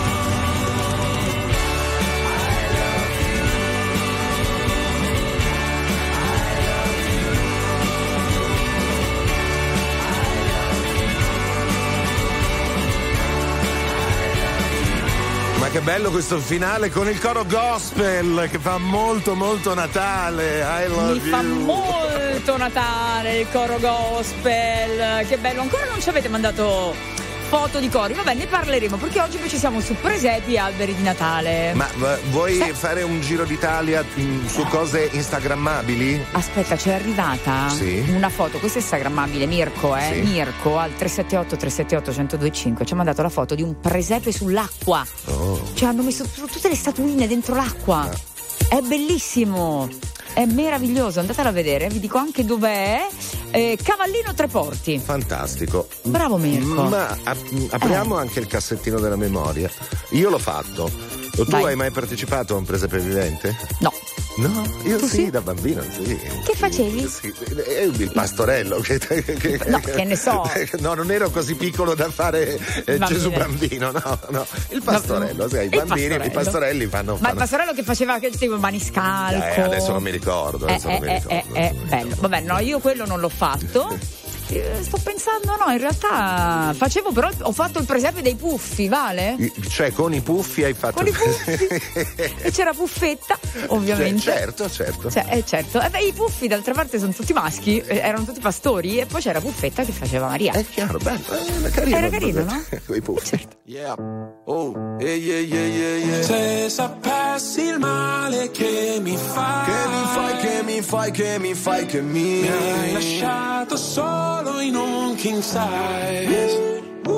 A: Ma che bello questo finale con il coro gospel che fa molto molto Natale. I love
B: Mi
A: you.
B: fa molto Natale il coro gospel. Che bello, ancora non ci avete mandato foto di cori. Vabbè, ne parleremo perché oggi invece siamo su presepi e alberi di Natale.
A: Ma v- vuoi
B: Sì.
A: fare un giro d'Italia mh, su cose instagrammabili?
B: Aspetta, c'è arrivata
A: Sì.
B: una foto, questa è instagrammabile, Mirko, eh?
A: Sì.
B: Mirko al tre sette otto tre sette otto uno zero due cinque ci ha mandato la foto di un presepe sull'acqua.
A: Oh.
B: Cioè hanno messo tutte le statuine dentro l'acqua. È bellissimo. È meraviglioso, andatela a vedere, vi dico anche dov'è. Eh, Cavallino Treporti.
A: Fantastico.
B: Bravo Mirko.
A: Ma ap- apriamo anche il cassettino della memoria. Io l'ho fatto. Tu
B: Vai.
A: hai mai partecipato a un presepe vivente?
B: No.
A: No, io
B: tu
A: sì,
B: sì,
A: da bambino sì.
B: Che facevi?
A: Sì, eh, il pastorello. Che, che,
B: no, che ne so.
A: No, non ero così piccolo da fare eh, Gesù bambino, no, no. Il pastorello, no, sai, i bambini, pastorello. I pastorelli fanno.
B: Ma
A: fanno...
B: il pastorello che faceva che tipo maniscalco.
A: Eh, adesso non mi ricordo. Adesso
B: eh,
A: non mi
B: eh,
A: ricordo,
B: eh, eh, eh, bello. Vabbè, no, io quello non l'ho fatto. Sto pensando, no, in realtà facevo, però ho fatto il presepe dei puffi, vale?
A: Cioè con i puffi hai fatto
B: con i puffi e c'era Puffetta, ovviamente.
A: Cioè, certo, certo.
B: Cioè, eh, certo. Eh, beh, i puffi d'altra parte sono tutti maschi, eh, erano tutti pastori, e poi c'era Puffetta che faceva Maria.
A: È chiaro, bello, era carino.
B: Era carino, no?
A: Con i puffi.
B: Certo.
O: Yeah. Oh, yeah, yeah, yeah, yeah, yeah.
P: Se sapessi il male che mi fai,
O: che mi fai, che mi fai, che mi fai, che mi,
P: mi hai lasciato solo in un king size.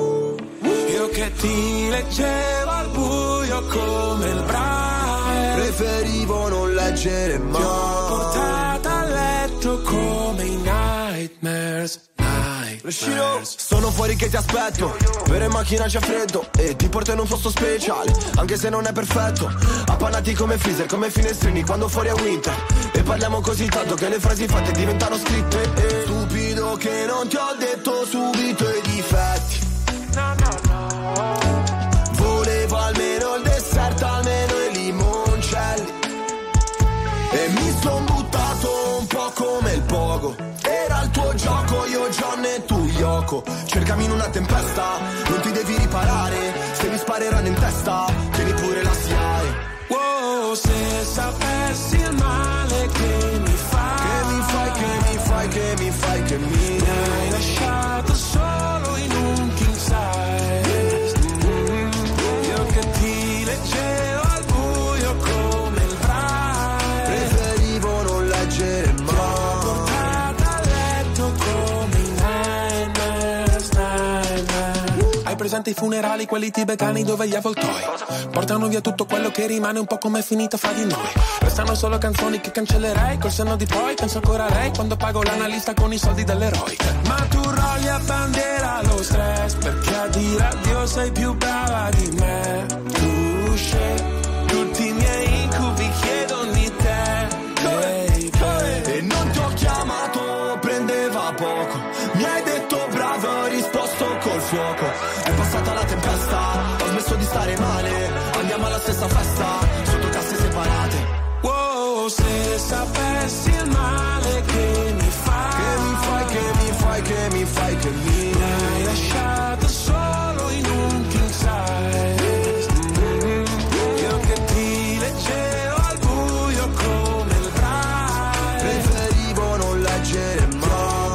P: Io che ti leggevo al buio come il Braille,
O: preferivo non leggere mai.
P: Ti ho portata a letto come i nightmares.
O: Sono fuori che ti aspetto, vero in macchina c'è freddo e ti porto in un posto speciale, anche se non è perfetto. Appannati come freezer, come finestrini quando fuori è winter. E parliamo così tanto che le frasi fatte diventano scritte. E stupido che non ti ho detto subito i difetti.
P: No, no, no.
O: Volevo almeno il dessert, almeno i limoncelli. E mi son buttato un po' come il pogo. Era il tuo gioco, io John e tu Yoko. Cercami in una tempesta, non ti devi riparare. Se mi spareranno in testa, tieni pure la S I A E.
P: Wow, se sapessi il male che mi fai,
O: che mi fai, che mi fai, che mi fai, che mi,
P: mi hai lasciato solo in un king size. Mm-hmm. Io che ti leggevo al buio come il Braille,
O: preferivo non leggere mai.
P: Presente i funerali, quelli tibetani dove gli avvoltoi portano via tutto quello che rimane, un po' come è finita fra di noi. Restano solo canzoni che cancellerei, col senno di poi penso ancora a lei quando pago l'analista con i soldi dell'eroe. Ma tu rogli a bandiera lo stress, perché a dire addio sei più brava di me. Tu scegli tutti i miei incubi, chiedono di te.
O: Hey, hey. E non ti ho chiamato, prendeva poco. Mi hai detto bravo, ho risposto col fuoco. È passata la tempesta, ho smesso di stare male. Andiamo alla stessa festa, sotto casse separate.
P: Wow, se sapessi il male che mi fai,
O: che mi fai, che mi fai, che mi fai, che mi,
P: mi hai lasciato solo in un king size. Mm-hmm. Io che ti leggevo al buio come il Braille,
O: preferivo non leggere mai.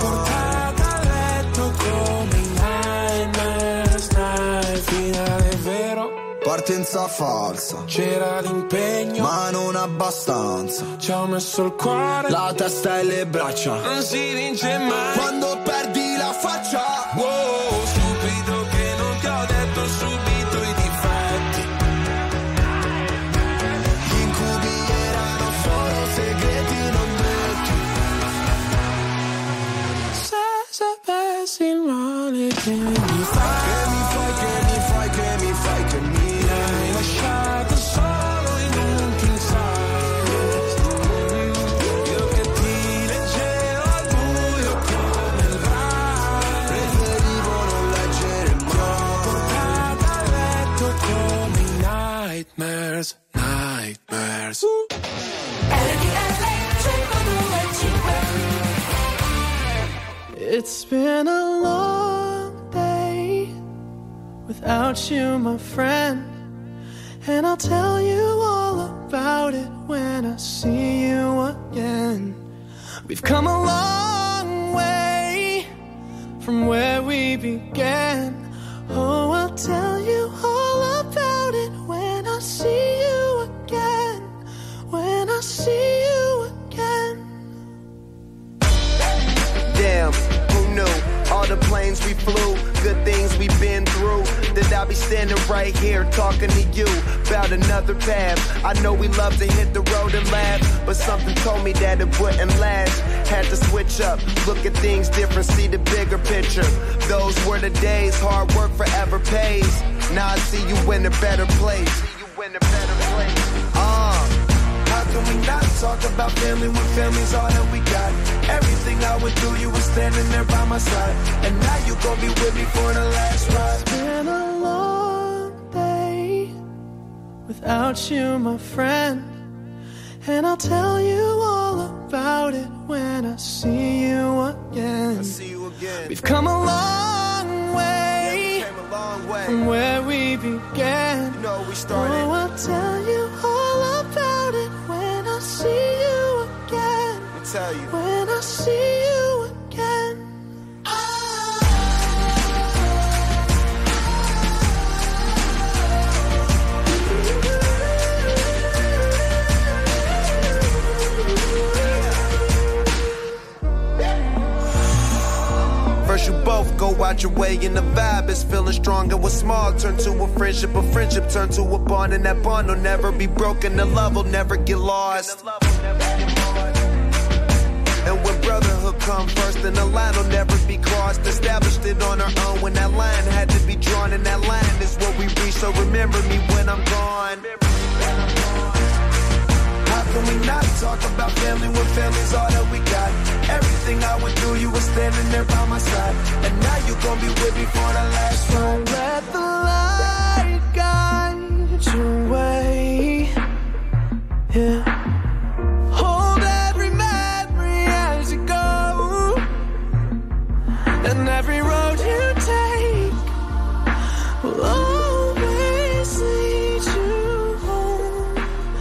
O: Partenza falsa,
P: c'era l'impegno,
O: ma non abbastanza.
P: Ci ho messo il cuore,
O: la testa e le braccia.
P: Non si vince mai
O: quando perdi la faccia.
P: Wow, stupido che non ti ho detto subito i difetti.
O: Gli incubi erano solo segreti non detti.
P: Se sapessi il male che mi fai,
O: che mi fai, che mi fai, che mi fai, che mi
P: hai lasciato solo in un king size. Io che ti leggevo al buio come il Braille,
O: preferivo non leggere mai.
P: Ti ho portato a letto come i nightmares, nightmares.
Q: It's been a long day without you, my friend, and I'll tell you all about it when I see you again. We've come a long way from where we began. Oh, I'll tell you all about it when I see you again. When I see you again.
R: Damn, who knew? All the planes we flew, good things we've been through. That I'll be standing right here talking to you about another path. I know we love to hit the road and laugh, but something told me that it wouldn't last. Had to switch up, look at things different, see the bigger picture. Those were the days, hard work forever pays. Now I see you in a better place. See you in a better place. Uh, how
I: can we not talk about family when family's all that we got? Everything I went through, you were standing there by my side. And now you gon' be with me for the last ride.
Q: It's been a long day without you, my friend. And I'll tell you all about it when I see you again.
I: I see you again.
Q: We've come a long way,
I: yeah, we came a long way
Q: from where we began.
I: You know we started.
Q: Oh, I'll tell you all about it when I see you again.
I: Let me tell you.
Q: When I see you again.
I: First you both go out your way and the vibe is feeling strong. And what's small turn to a friendship, a friendship turn to a bond. And that bond will never be broken, the love will never get lost. And when brotherhood come first, then the line will never be crossed. Established it on our own when that line had to be drawn. And that line is what we reach, so remember me when I'm gone. How can we not talk about family when family's all that we got? Everything I went through, you were standing there by my side. And now you gon' be with me for the last ride.
Q: So let the light guide your way. Yeah. Hold every memory as you go. And every road you take will always lead you home.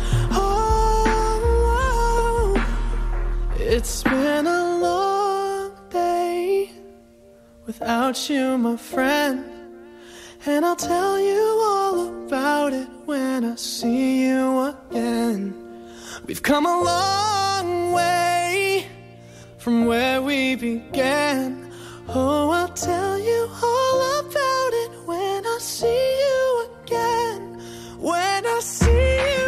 Q: Oh, it's been a long day without you, my friend. And I'll tell you all about it when I see you again. We've come a long way from where we began. Oh, I'll tell you all about it when I see you again. When I see you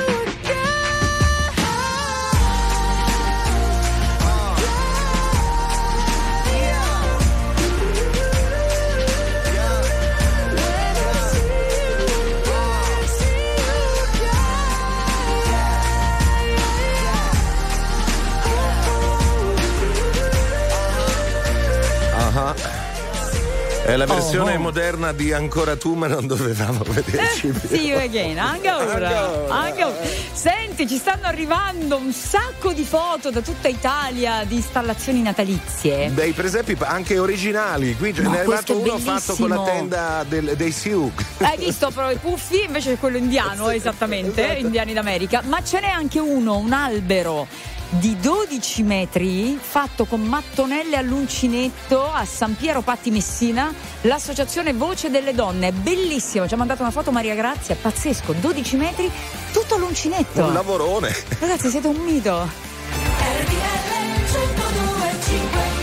A: È la versione
B: oh, oh.
A: moderna di Ancora tu, ma non dovevamo vederci
B: eh,
A: più.
B: See you again, ancora. ancora. Senti, ci stanno arrivando un sacco di foto da tutta Italia di installazioni natalizie.
A: Dei presepi anche originali. Qui
B: no,
A: ne è arrivato
B: è
A: uno
B: bellissimo.
A: fatto con la tenda del, dei Sioux.
B: Hai visto però i puffi? Invece è quello indiano,
A: sì,
B: esattamente,
A: esatto.
B: Indiani d'America. Ma ce n'è anche uno, un albero di dodici metri fatto con mattonelle all'uncinetto a San Piero Patti Messina, l'associazione Voce delle Donne. È bellissimo, ci ha mandato una foto Maria Grazia, pazzesco, dodici metri, tutto all'uncinetto.
A: Un lavorone.
B: Ragazzi, siete un mito.
K: R T L centodue e cinque.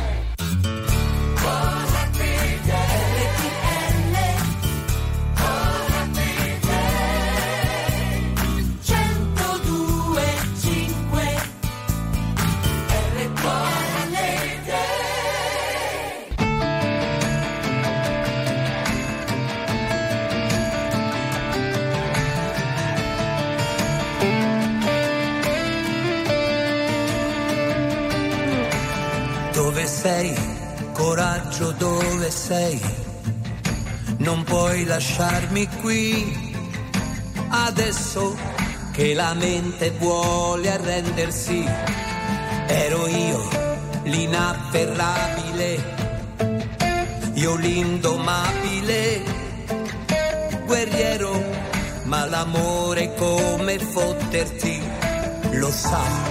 S: Dove sei? Coraggio, dove sei? Non puoi lasciarmi qui, adesso che la mente vuole arrendersi. Ero io, l'inafferrabile, io l'indomabile, guerriero, ma l'amore come fotterti, lo sa.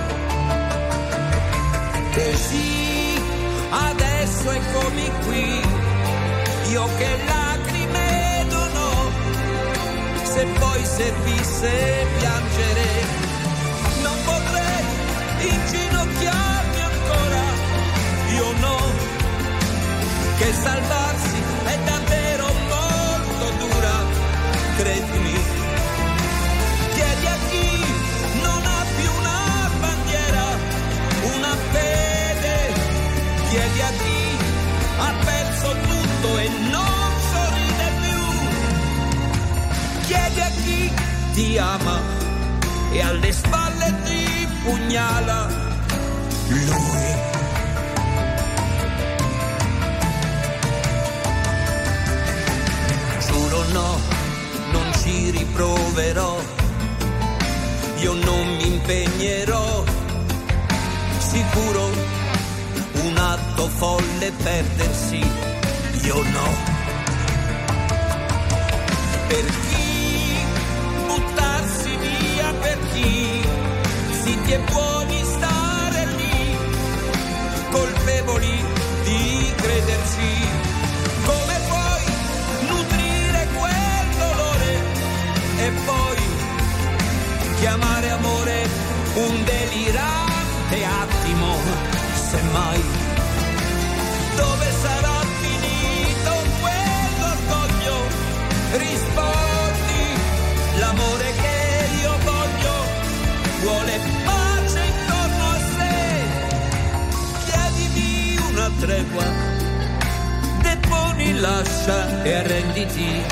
S: Così, adesso eccomi qui, io che lacrime non ho, se poi servisse piangere, non potrei inginocchiarmi ancora, io no, che salvarsi è davvero molto dura, credimi, chiedi a chi non ha più una bandiera, una fede, chiedi a chi ha perso tutto e non sorride più, chiedi a chi ti ama e alle spalle ti pugnala lui. Giuro no, non ci riproverò, io non mi impegnerò, sicuro un atto folle perdersi, io no. Per chi buttarsi via, per chi zitti e buoni stare lì, colpevoli di crederci, come puoi nutrire quel dolore e poi chiamare amore un delirante attimo, semmai dove sarà finito quell'orgoglio? Rispondi, l'amore che io voglio vuole pace intorno a sé. Chiedimi una tregua, deponi, lascia e arrenditi.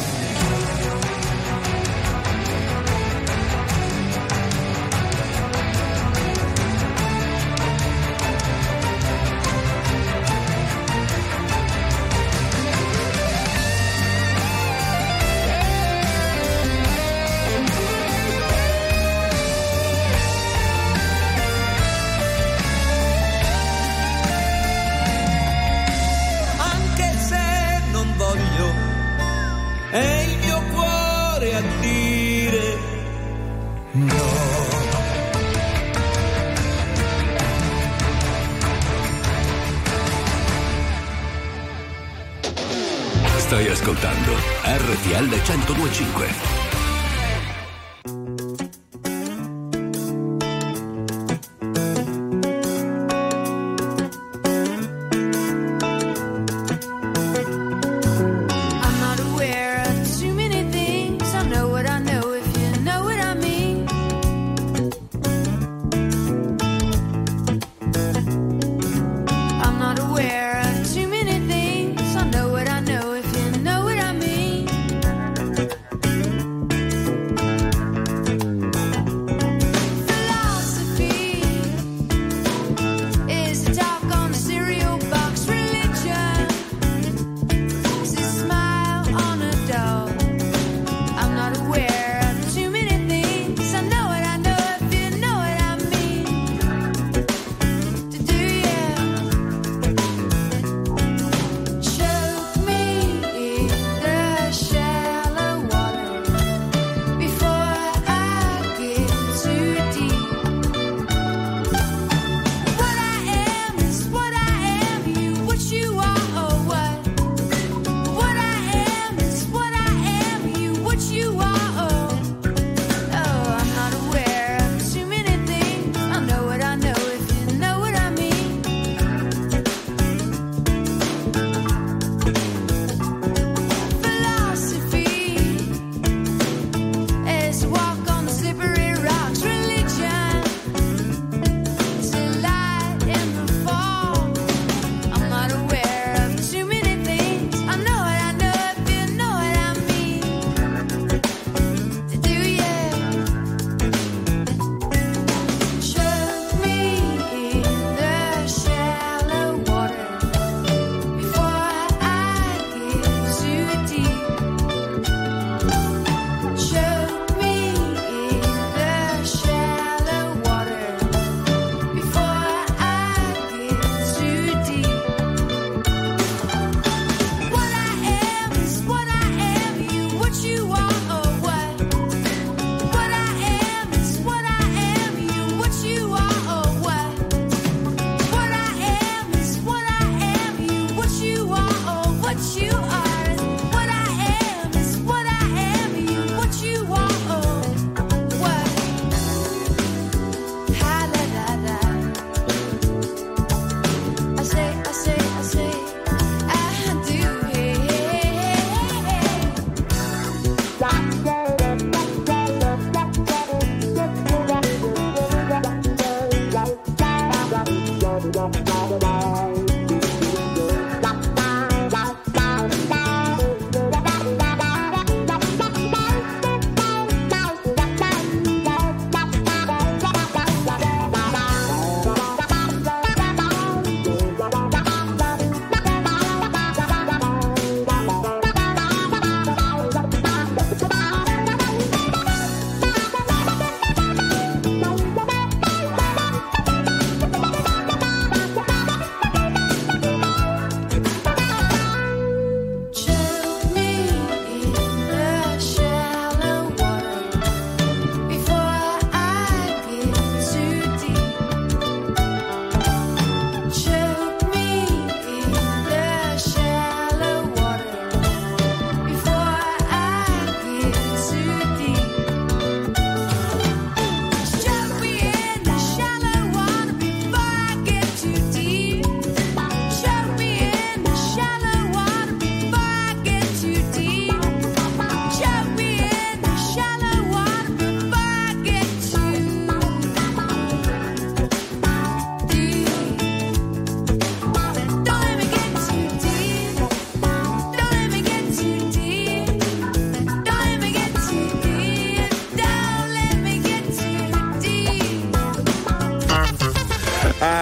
S: È il mio cuore a dire no.
C: Stai ascoltando R T L centodue e cinque.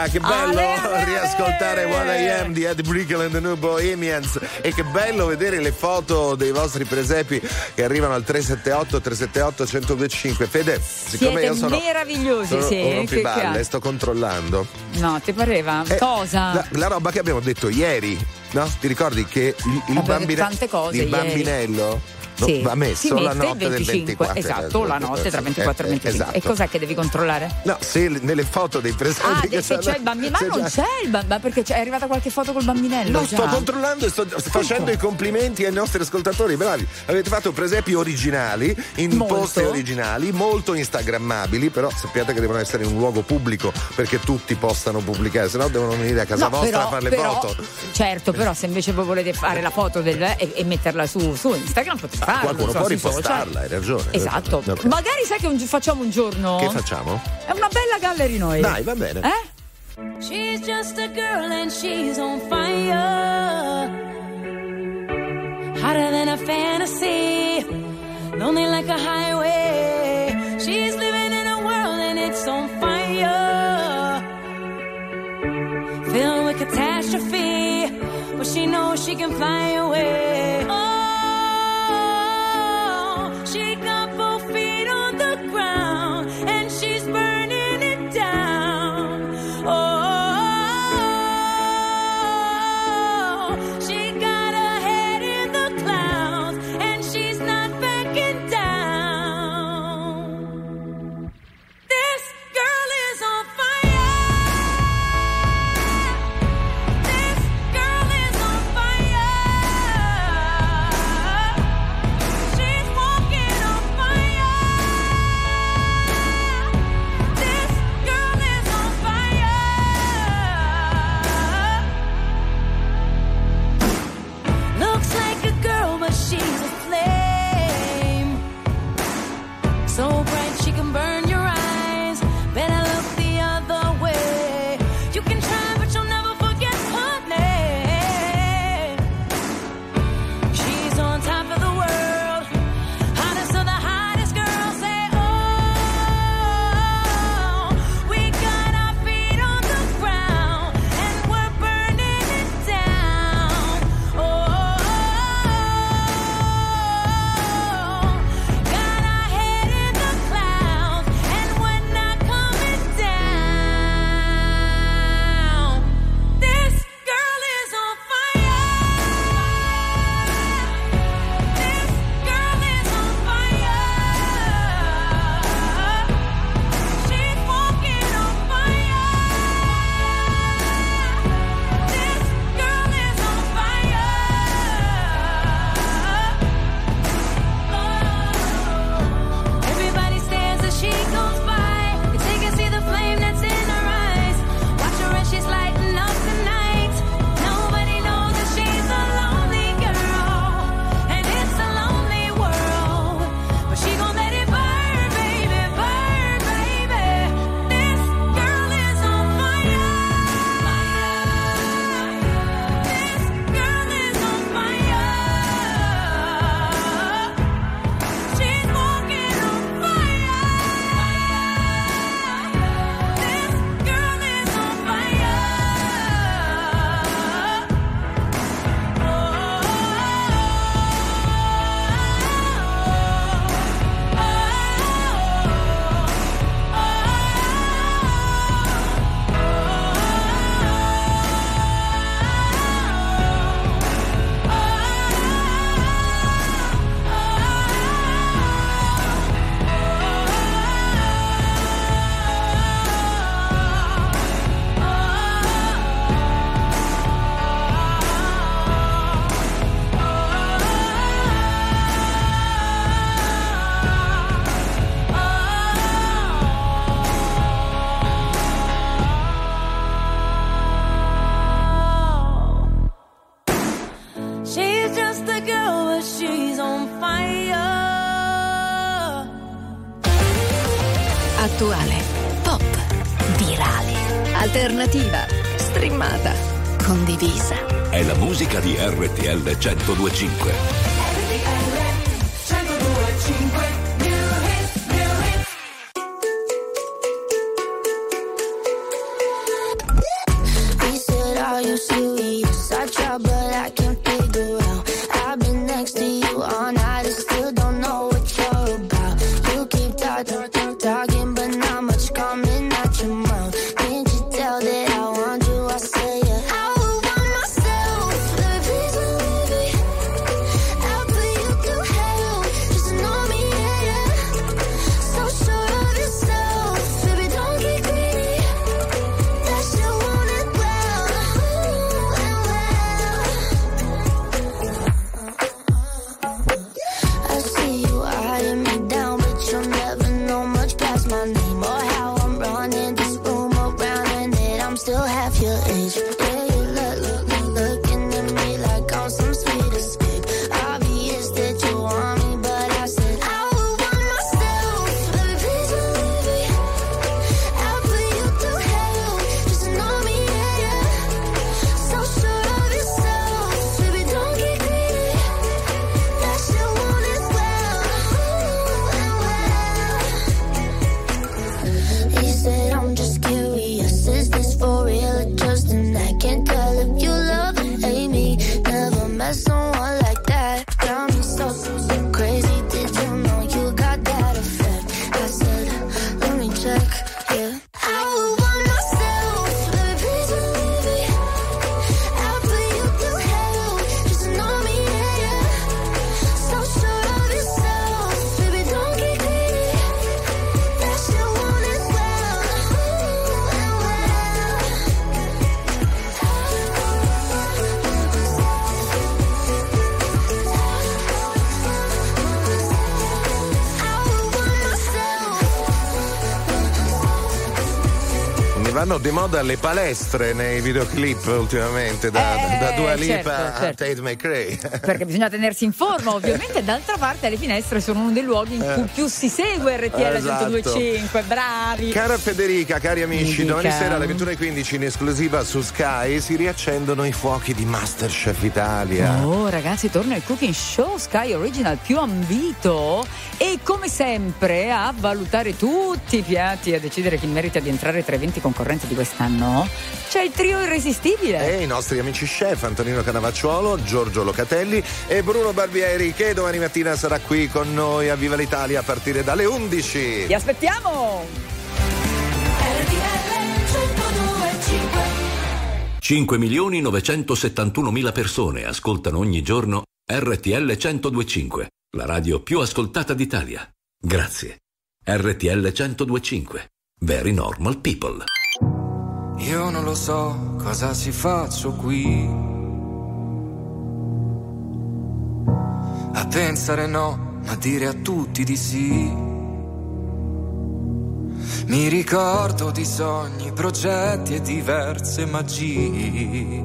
A: che bello
B: Ale, ale,
A: riascoltare
B: ale.
A: What I Am di Ed Brickell and the New Bohemians, e che bello vedere le foto dei vostri presepi che arrivano al tre sette otto tre sette otto uno zero due cinque. Fede, siccome
B: Siete
A: io sono
B: meravigliosi,
A: sono
B: sì,
A: un
B: che-
A: rompiballe,
B: che-
A: sto controllando
B: No, ti pareva?
A: Eh,
B: Cosa?
A: la, la roba che abbiamo detto ieri, no? Ti ricordi che il, il,
B: Vabbè,
A: bambine-
B: tante cose
A: il
B: ieri.
A: bambinello no,
B: Sì,
A: va messo
B: si
A: la
B: mette
A: notte
B: il
A: del
B: venticinque,
A: ventiquattro.
B: esatto, la notte tra ventiquattro e
A: Eh, eh,
B: venticinque.
A: esatto.
B: E cos'è che devi controllare?
A: No, se le- nelle foto dei presenti
B: Ah,
A: che
B: de- se
A: sono-
B: c'è il bambino, ma
A: se
B: non
A: già-
B: c'è il bambino, ma perché c'è- è arrivata qualche foto col bambinello?
A: No,
B: già?
A: sto controllando e sto facendo i complimenti ai nostri ascoltatori, bravi. Avete fatto presepi originali, in
B: Molto.
A: posti originali, molto instagrammabili, però sappiate che devono essere in un luogo pubblico perché tutti possano pubblicare, se no devono venire a casa
B: No,
A: vostra
B: però-
A: a fare le
B: però-
A: foto.
B: Certo, però se invece voi volete fare la foto del, e, e metterla su, su Instagram potete farlo.
A: Qualcuno
B: insomma,
A: può
B: sui social.
A: ripostarla, hai ragione.
B: Esatto.
A: Ok.
B: Magari sai che un, gi- facciamo un giorno.
A: Che facciamo?
B: È una bella gallery noi.
A: Dai, va bene.
B: Eh?
K: She's just a girl and she's on fire. Hotter than a fantasy. Lonely like a highway. She's living in a world and it's on fire. Filled with catastrophe. But she knows she can fly away. Oh, she got both feet on the ground. And she's burning it down. Oh, she got her head in the clouds, and she's not backing down. This girl is on fire. This girl is on fire. She's walking on fire. This girl is on fire. Looks like a girl, but she's a flame. So bright she can burn your eyes. Better look the other way. You can try, but you'll never forget her name. She's on top of the world. Hottest of the hottest girls say, oh, we got our feet on the ground and we're burning it down. Oh, got our head in the clouds and we're not coming down. This girl is on fire. This girl is on fire. She's walking on fire. This girl is on fire. Everybody stares as she goes by. You take and see the flame that's in her eyes. Watch her as she's lighting up the night. Nobody knows that she's a lonely girl, and it's a lonely world. But she gon' let it burn, baby, burn, baby. This girl is on fire. This girl is on fire. She's walking on fire. This girl is on fire. She's just a girl, but she's on fire.
J: Attuale, pop, virale, alternativa, streamata, condivisa.
C: È la musica di R T L centodue e cinque.
K: talk, talk, talk, talking, but not much coming out your mouth. Can't you tell that I want you? I say yeah. I would want myself, baby, please don't leave me. I'll put you through hell, just know me, yeah, yeah. So sure of yourself, baby, don't get greedy. That shit want it well, ooh, and well. I see you eyeing me down, but you'll never know much past my name or how I'm running this room around and that I'm still half your age. Yeah, you look, look, look, looking at me like I'm some sweet escape. Obvious that you want me, but I said I would want myself, baby, please don't leave me. I'll put you through hell, just know me, yeah, yeah. So sure of yourself, baby, don't get greedy. That shit want it well, ooh, and well. He said I'm just curious, is this for real or just an act? Can't tell if you love or hate me. Never met someone like that. Got me so, so, so crazy. Did you know you got that effect? I said, let me check, yeah. I would want myself, baby, please don't leave me. I'll put you through hell, just know me, yeah, yeah. So sure of yourself, baby, don't get greedy. That shit want it well, ooh, and
A: Mi vanno di moda le palestre nei videoclip ultimamente, da,
B: Eh,
A: da Dua Lipa
B: certo,
A: a
B: certo.
A: Tate McRae.
B: Perché bisogna tenersi in forma, ovviamente. D'altra parte le finestre sono uno dei luoghi in cui
A: Eh.
B: più si segue R T L
A: Esatto.
B: centodue e cinque. Bravi.
A: Cara Federica, cari amici,
B: Mi
A: domani
B: dica.
A: sera alle ventuno e quindici in esclusiva su Sky si riaccendono i fuochi di Masterchef Italia.
B: Oh ragazzi, torna il cooking show Sky Original più ambito e come sempre a valutare tutti i piatti e a decidere chi merita di entrare tra i venti concorrenti di quest'anno c'è il trio irresistibile
A: E i nostri amici chef Antonino Canavacciuolo, Giorgio Locatelli e Bruno Barbieri, che domani mattina sarà qui con noi a Viva l'Italia a partire dalle undici.
B: Vi aspettiamo.
C: cinque milioni novecentosettantunomila persone ascoltano ogni giorno R T L centodue e cinque, la radio più ascoltata d'Italia. Grazie. R T L centodue e cinque. Very normal people.
G: Io non lo so cosa ci faccio qui, a pensare no, ma dire a tutti di sì. Mi ricordo di sogni, progetti e diverse magie,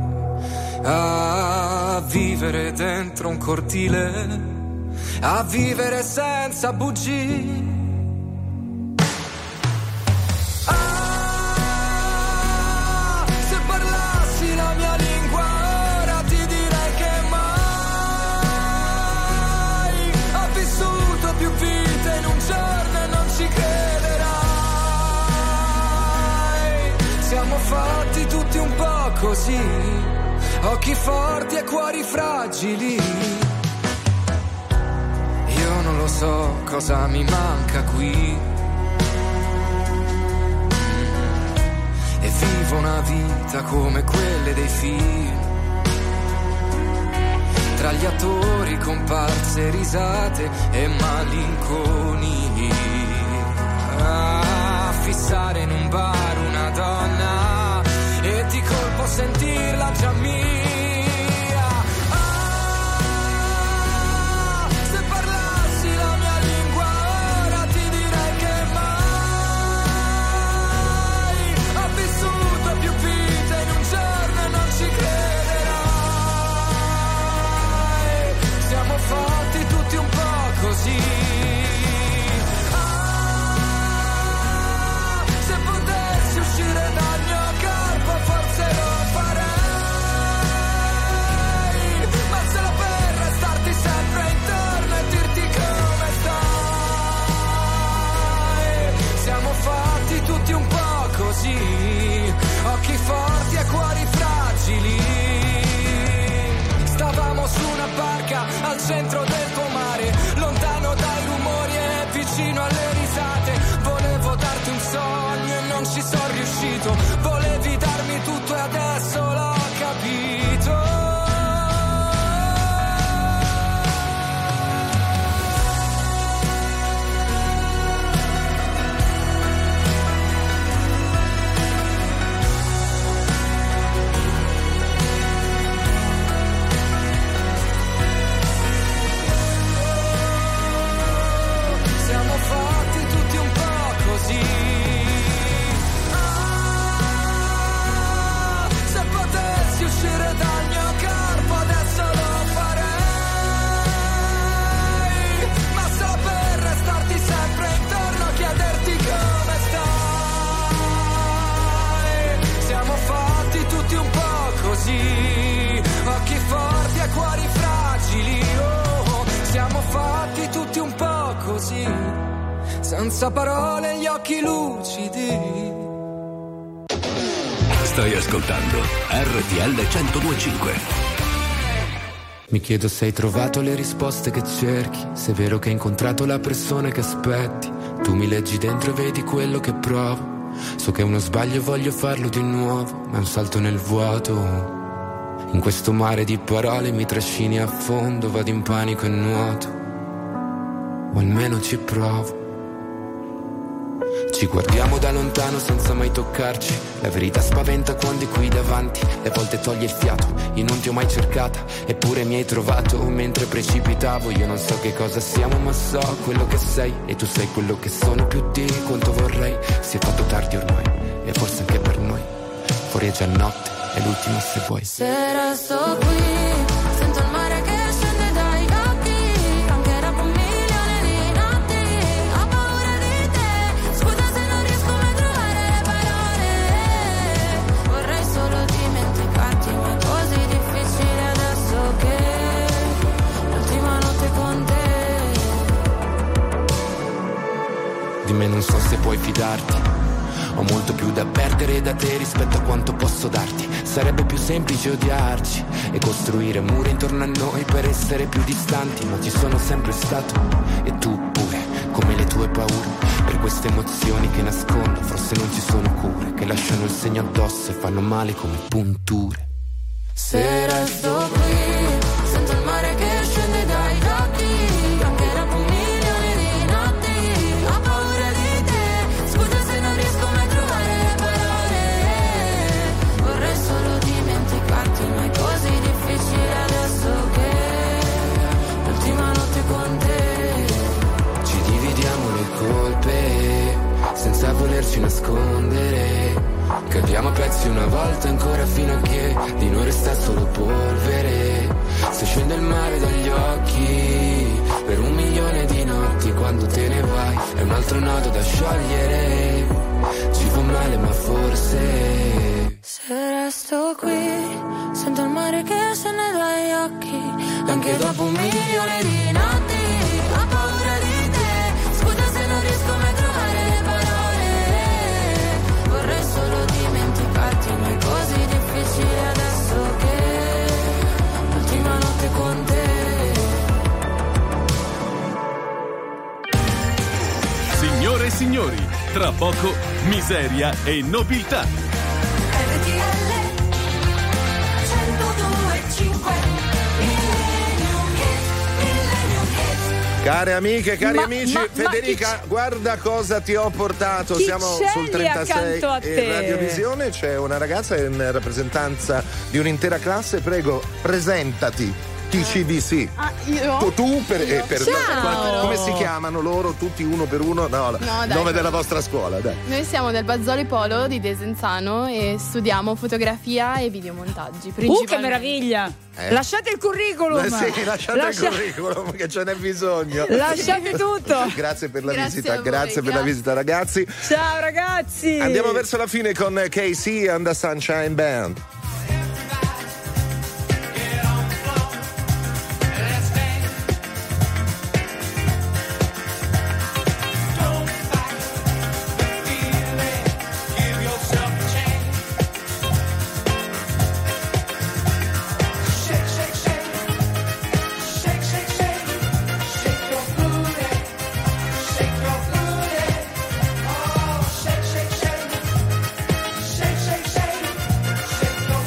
G: a vivere dentro un cortile, a vivere senza bugie. Fatti tutti un po' così, occhi forti e cuori fragili. Io non lo so cosa mi manca qui, e vivo una vita come quelle dei film, tra gli attori, comparse, risate e malinconia, a fissare in un bar una donna e di colpo sentirla già mia. Ah, se parlassi la mia lingua ora ti direi che mai ho vissuto più vite in un giorno e non ci crederai. Siamo fatti tutti un po' così. Ah, se potessi uscire dal mio corpo forse lo farei, ma solo per restarti sempre intorno e dirti come stai. Siamo fatti tutti un po' così, occhi forti e cuori fragili. Stavamo su una barca al centro del tuo mare, lontano dai rumori e vicino alle risate.
S: senza parole, gli occhi lucidi.
C: Stai ascoltando R T L centodue e cinque.
T: Mi chiedo se hai trovato le risposte che cerchi, se è vero che hai incontrato la persona che aspetti. Tu mi leggi dentro e vedi quello che provo. So che è uno sbaglio e voglio farlo di nuovo, ma è un salto nel vuoto. In questo mare di parole mi trascini a fondo, vado in panico e nuoto, o almeno ci provo. Ci guardiamo da lontano senza mai toccarci. La verità spaventa quando è qui davanti. E a volte toglie il fiato. Io non ti ho mai cercata, eppure mi hai trovato mentre precipitavo. Io non so che cosa siamo, ma so quello che sei. E tu sei quello che sono, più di quanto vorrei. Si è fatto tardi ormai, e forse anche per noi. Fuori è già notte, è l'ultima se vuoi.
H: Se resto qui, sento il mare che scende dai occhi. Anche dopo un milione di notti ho paura di te. Scusa se non riesco mai a trovare le parole. Vorrei solo dimenticarti, ma è così difficile adesso che l'ultima notte con te.
T: Di me non so se puoi fidarti. Ho molto più da perdere da te rispetto a quanto posso darti. Sarebbe più semplice odiarci e costruire mura intorno a noi per essere più distanti, ma ci sono sempre stato, e tu pure, come le tue paure. Per queste emozioni che nascondo forse non ci sono cure, che lasciano il segno addosso e fanno male come punture.
H: Se resto qui, sento il mare che scende dai occhi. Anche dopo un milione di notti ho paura di te. Scusa se non riesco mai a trovare le parole. Vorrei solo dimenticarti, ma è così difficile adesso che l'ultima notte con te.
T: Ci dividiamo le colpe senza volerci nascondere. Cadiamo a pezzi una volta ancora fino a che di noi resta solo polvere. Se scende il mare dagli occhi per un milione di notti, quando te ne vai è un altro nodo da sciogliere. Ci fa male ma forse
H: se resto qui, sento il mare che scende dagli occhi. Anche dopo un milione di notti ho paura di te. Scusa se non riesco mai a trovare le parole. Vorrei solo dimenticarti, ma è così difficile adesso che l'ultima notte con te.
U: Signore e signori, tra poco miseria e nobiltà.
L: R T L centodue e cinque.
A: Care amiche, cari
B: Ma-
A: amici,
B: ma- ma
A: Federica,
B: chi
A: guarda cosa ti ho portato.
B: Chi
A: Siamo
B: c'è
A: sul
B: lì
A: trentasei
B: accanto a
A: in
B: te?
A: radiovisione. C'è una ragazza in rappresentanza di un'intera classe. Prego, presentati. T C D C.
V: Ah, io?
A: Tu, tu per, eh, per
V: Ciao.
A: come si chiamano loro? Tutti uno per uno? No, no,
V: dai.
A: nome della vostra scuola, dai.
V: Noi siamo del Bazzoli Polo di Desenzano e studiamo fotografia e videomontaggi.
B: Uh, che
V: principalmente.
B: meraviglia!
A: Eh?
B: Lasciate il curriculum!
A: Eh sì, lasciate
B: Lascia-
A: il curriculum che ce n'è bisogno.
B: Lasciate tutto!
A: Grazie per la
V: Grazie
A: visita,
V: a voi,
A: grazie per la
V: grazie.
A: visita, ragazzi.
B: Ciao ragazzi!
A: Andiamo verso la fine con K C and the Sunshine Band.
L: Shake, shake, shake, shake your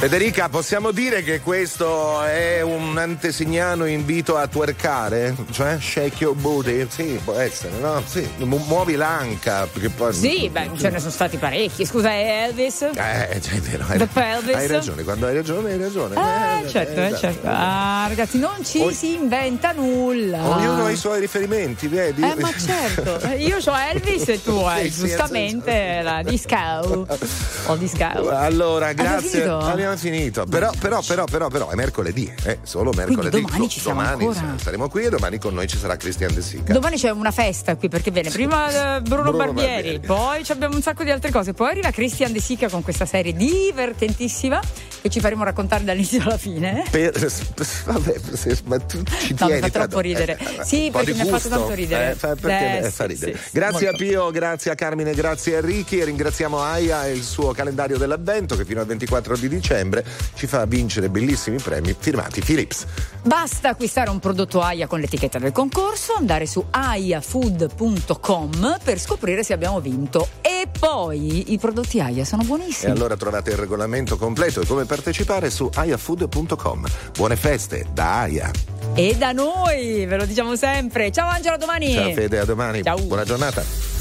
A: Federica, possiamo dire che questo è un antesignano invito a twerkare? Cioè, shake your booty? Sì, può essere, no? Sì, mu- muovi l'anca. Perché poi...
B: Sì, beh, ce ne sono stati parecchi. Scusa, è Elvis?
A: Eh, cioè, è vero, hai,
B: The Pelvis?
A: hai ragione, quando hai ragione, hai ragione.
B: Ah,
A: eh,
B: certo,
A: eh,
B: eh, certo. Ah, ragazzi, non ci o... si inventa nulla.
A: Ognuno ha i suoi riferimenti, vedi?
B: Eh, ma certo. Io ho Elvis e tu hai,
A: sì,
B: giustamente, sì, la disco. O disco.
A: Allora, grazie.
B: Abbiamo finito?
A: Abbiamo finito. Però, però, però, però, però, è mercoledì, eh? Solo mercoledì.
B: Quindi domani ci siamo
A: domani
B: ancora.
A: Saremo qui e domani con noi ci sarà Christian De Sica.
B: Domani c'è una festa qui perché viene prima Bruno, Bruno Barbieri, Barbieri, poi abbiamo un sacco di altre cose, poi arriva Christian De Sica con questa serie divertentissima che ci faremo raccontare dall'inizio alla fine.
A: Per, vabbè, se, ma tu ci
B: no,
A: tieni,
B: mi fa troppo ridere. Eh, sì, perché mi ha fatto tanto ridere.
A: Eh, fa, perché eh, fa ridere. Sì, sì, grazie molto. A Pio, grazie a Carmine, grazie a Ricky e ringraziamo Aia e il suo calendario dell'avvento che fino al ventiquattro di dicembre ci fa vincere bellissimi premi firmati Philips.
B: Basta acquistare un prodotto Aia con l'etichetta del concorso, andare su aia food punto com per scoprire se abbiamo vinto. E poi i prodotti Aia sono buonissimi.
A: E allora trovate il regolamento completo e come partecipare su aia food punto com. Buone feste da Aia.
B: E da noi, ve lo diciamo sempre. Ciao Angelo, a domani.
A: Ciao Fede, a domani.
B: Ciao.
A: Buona giornata.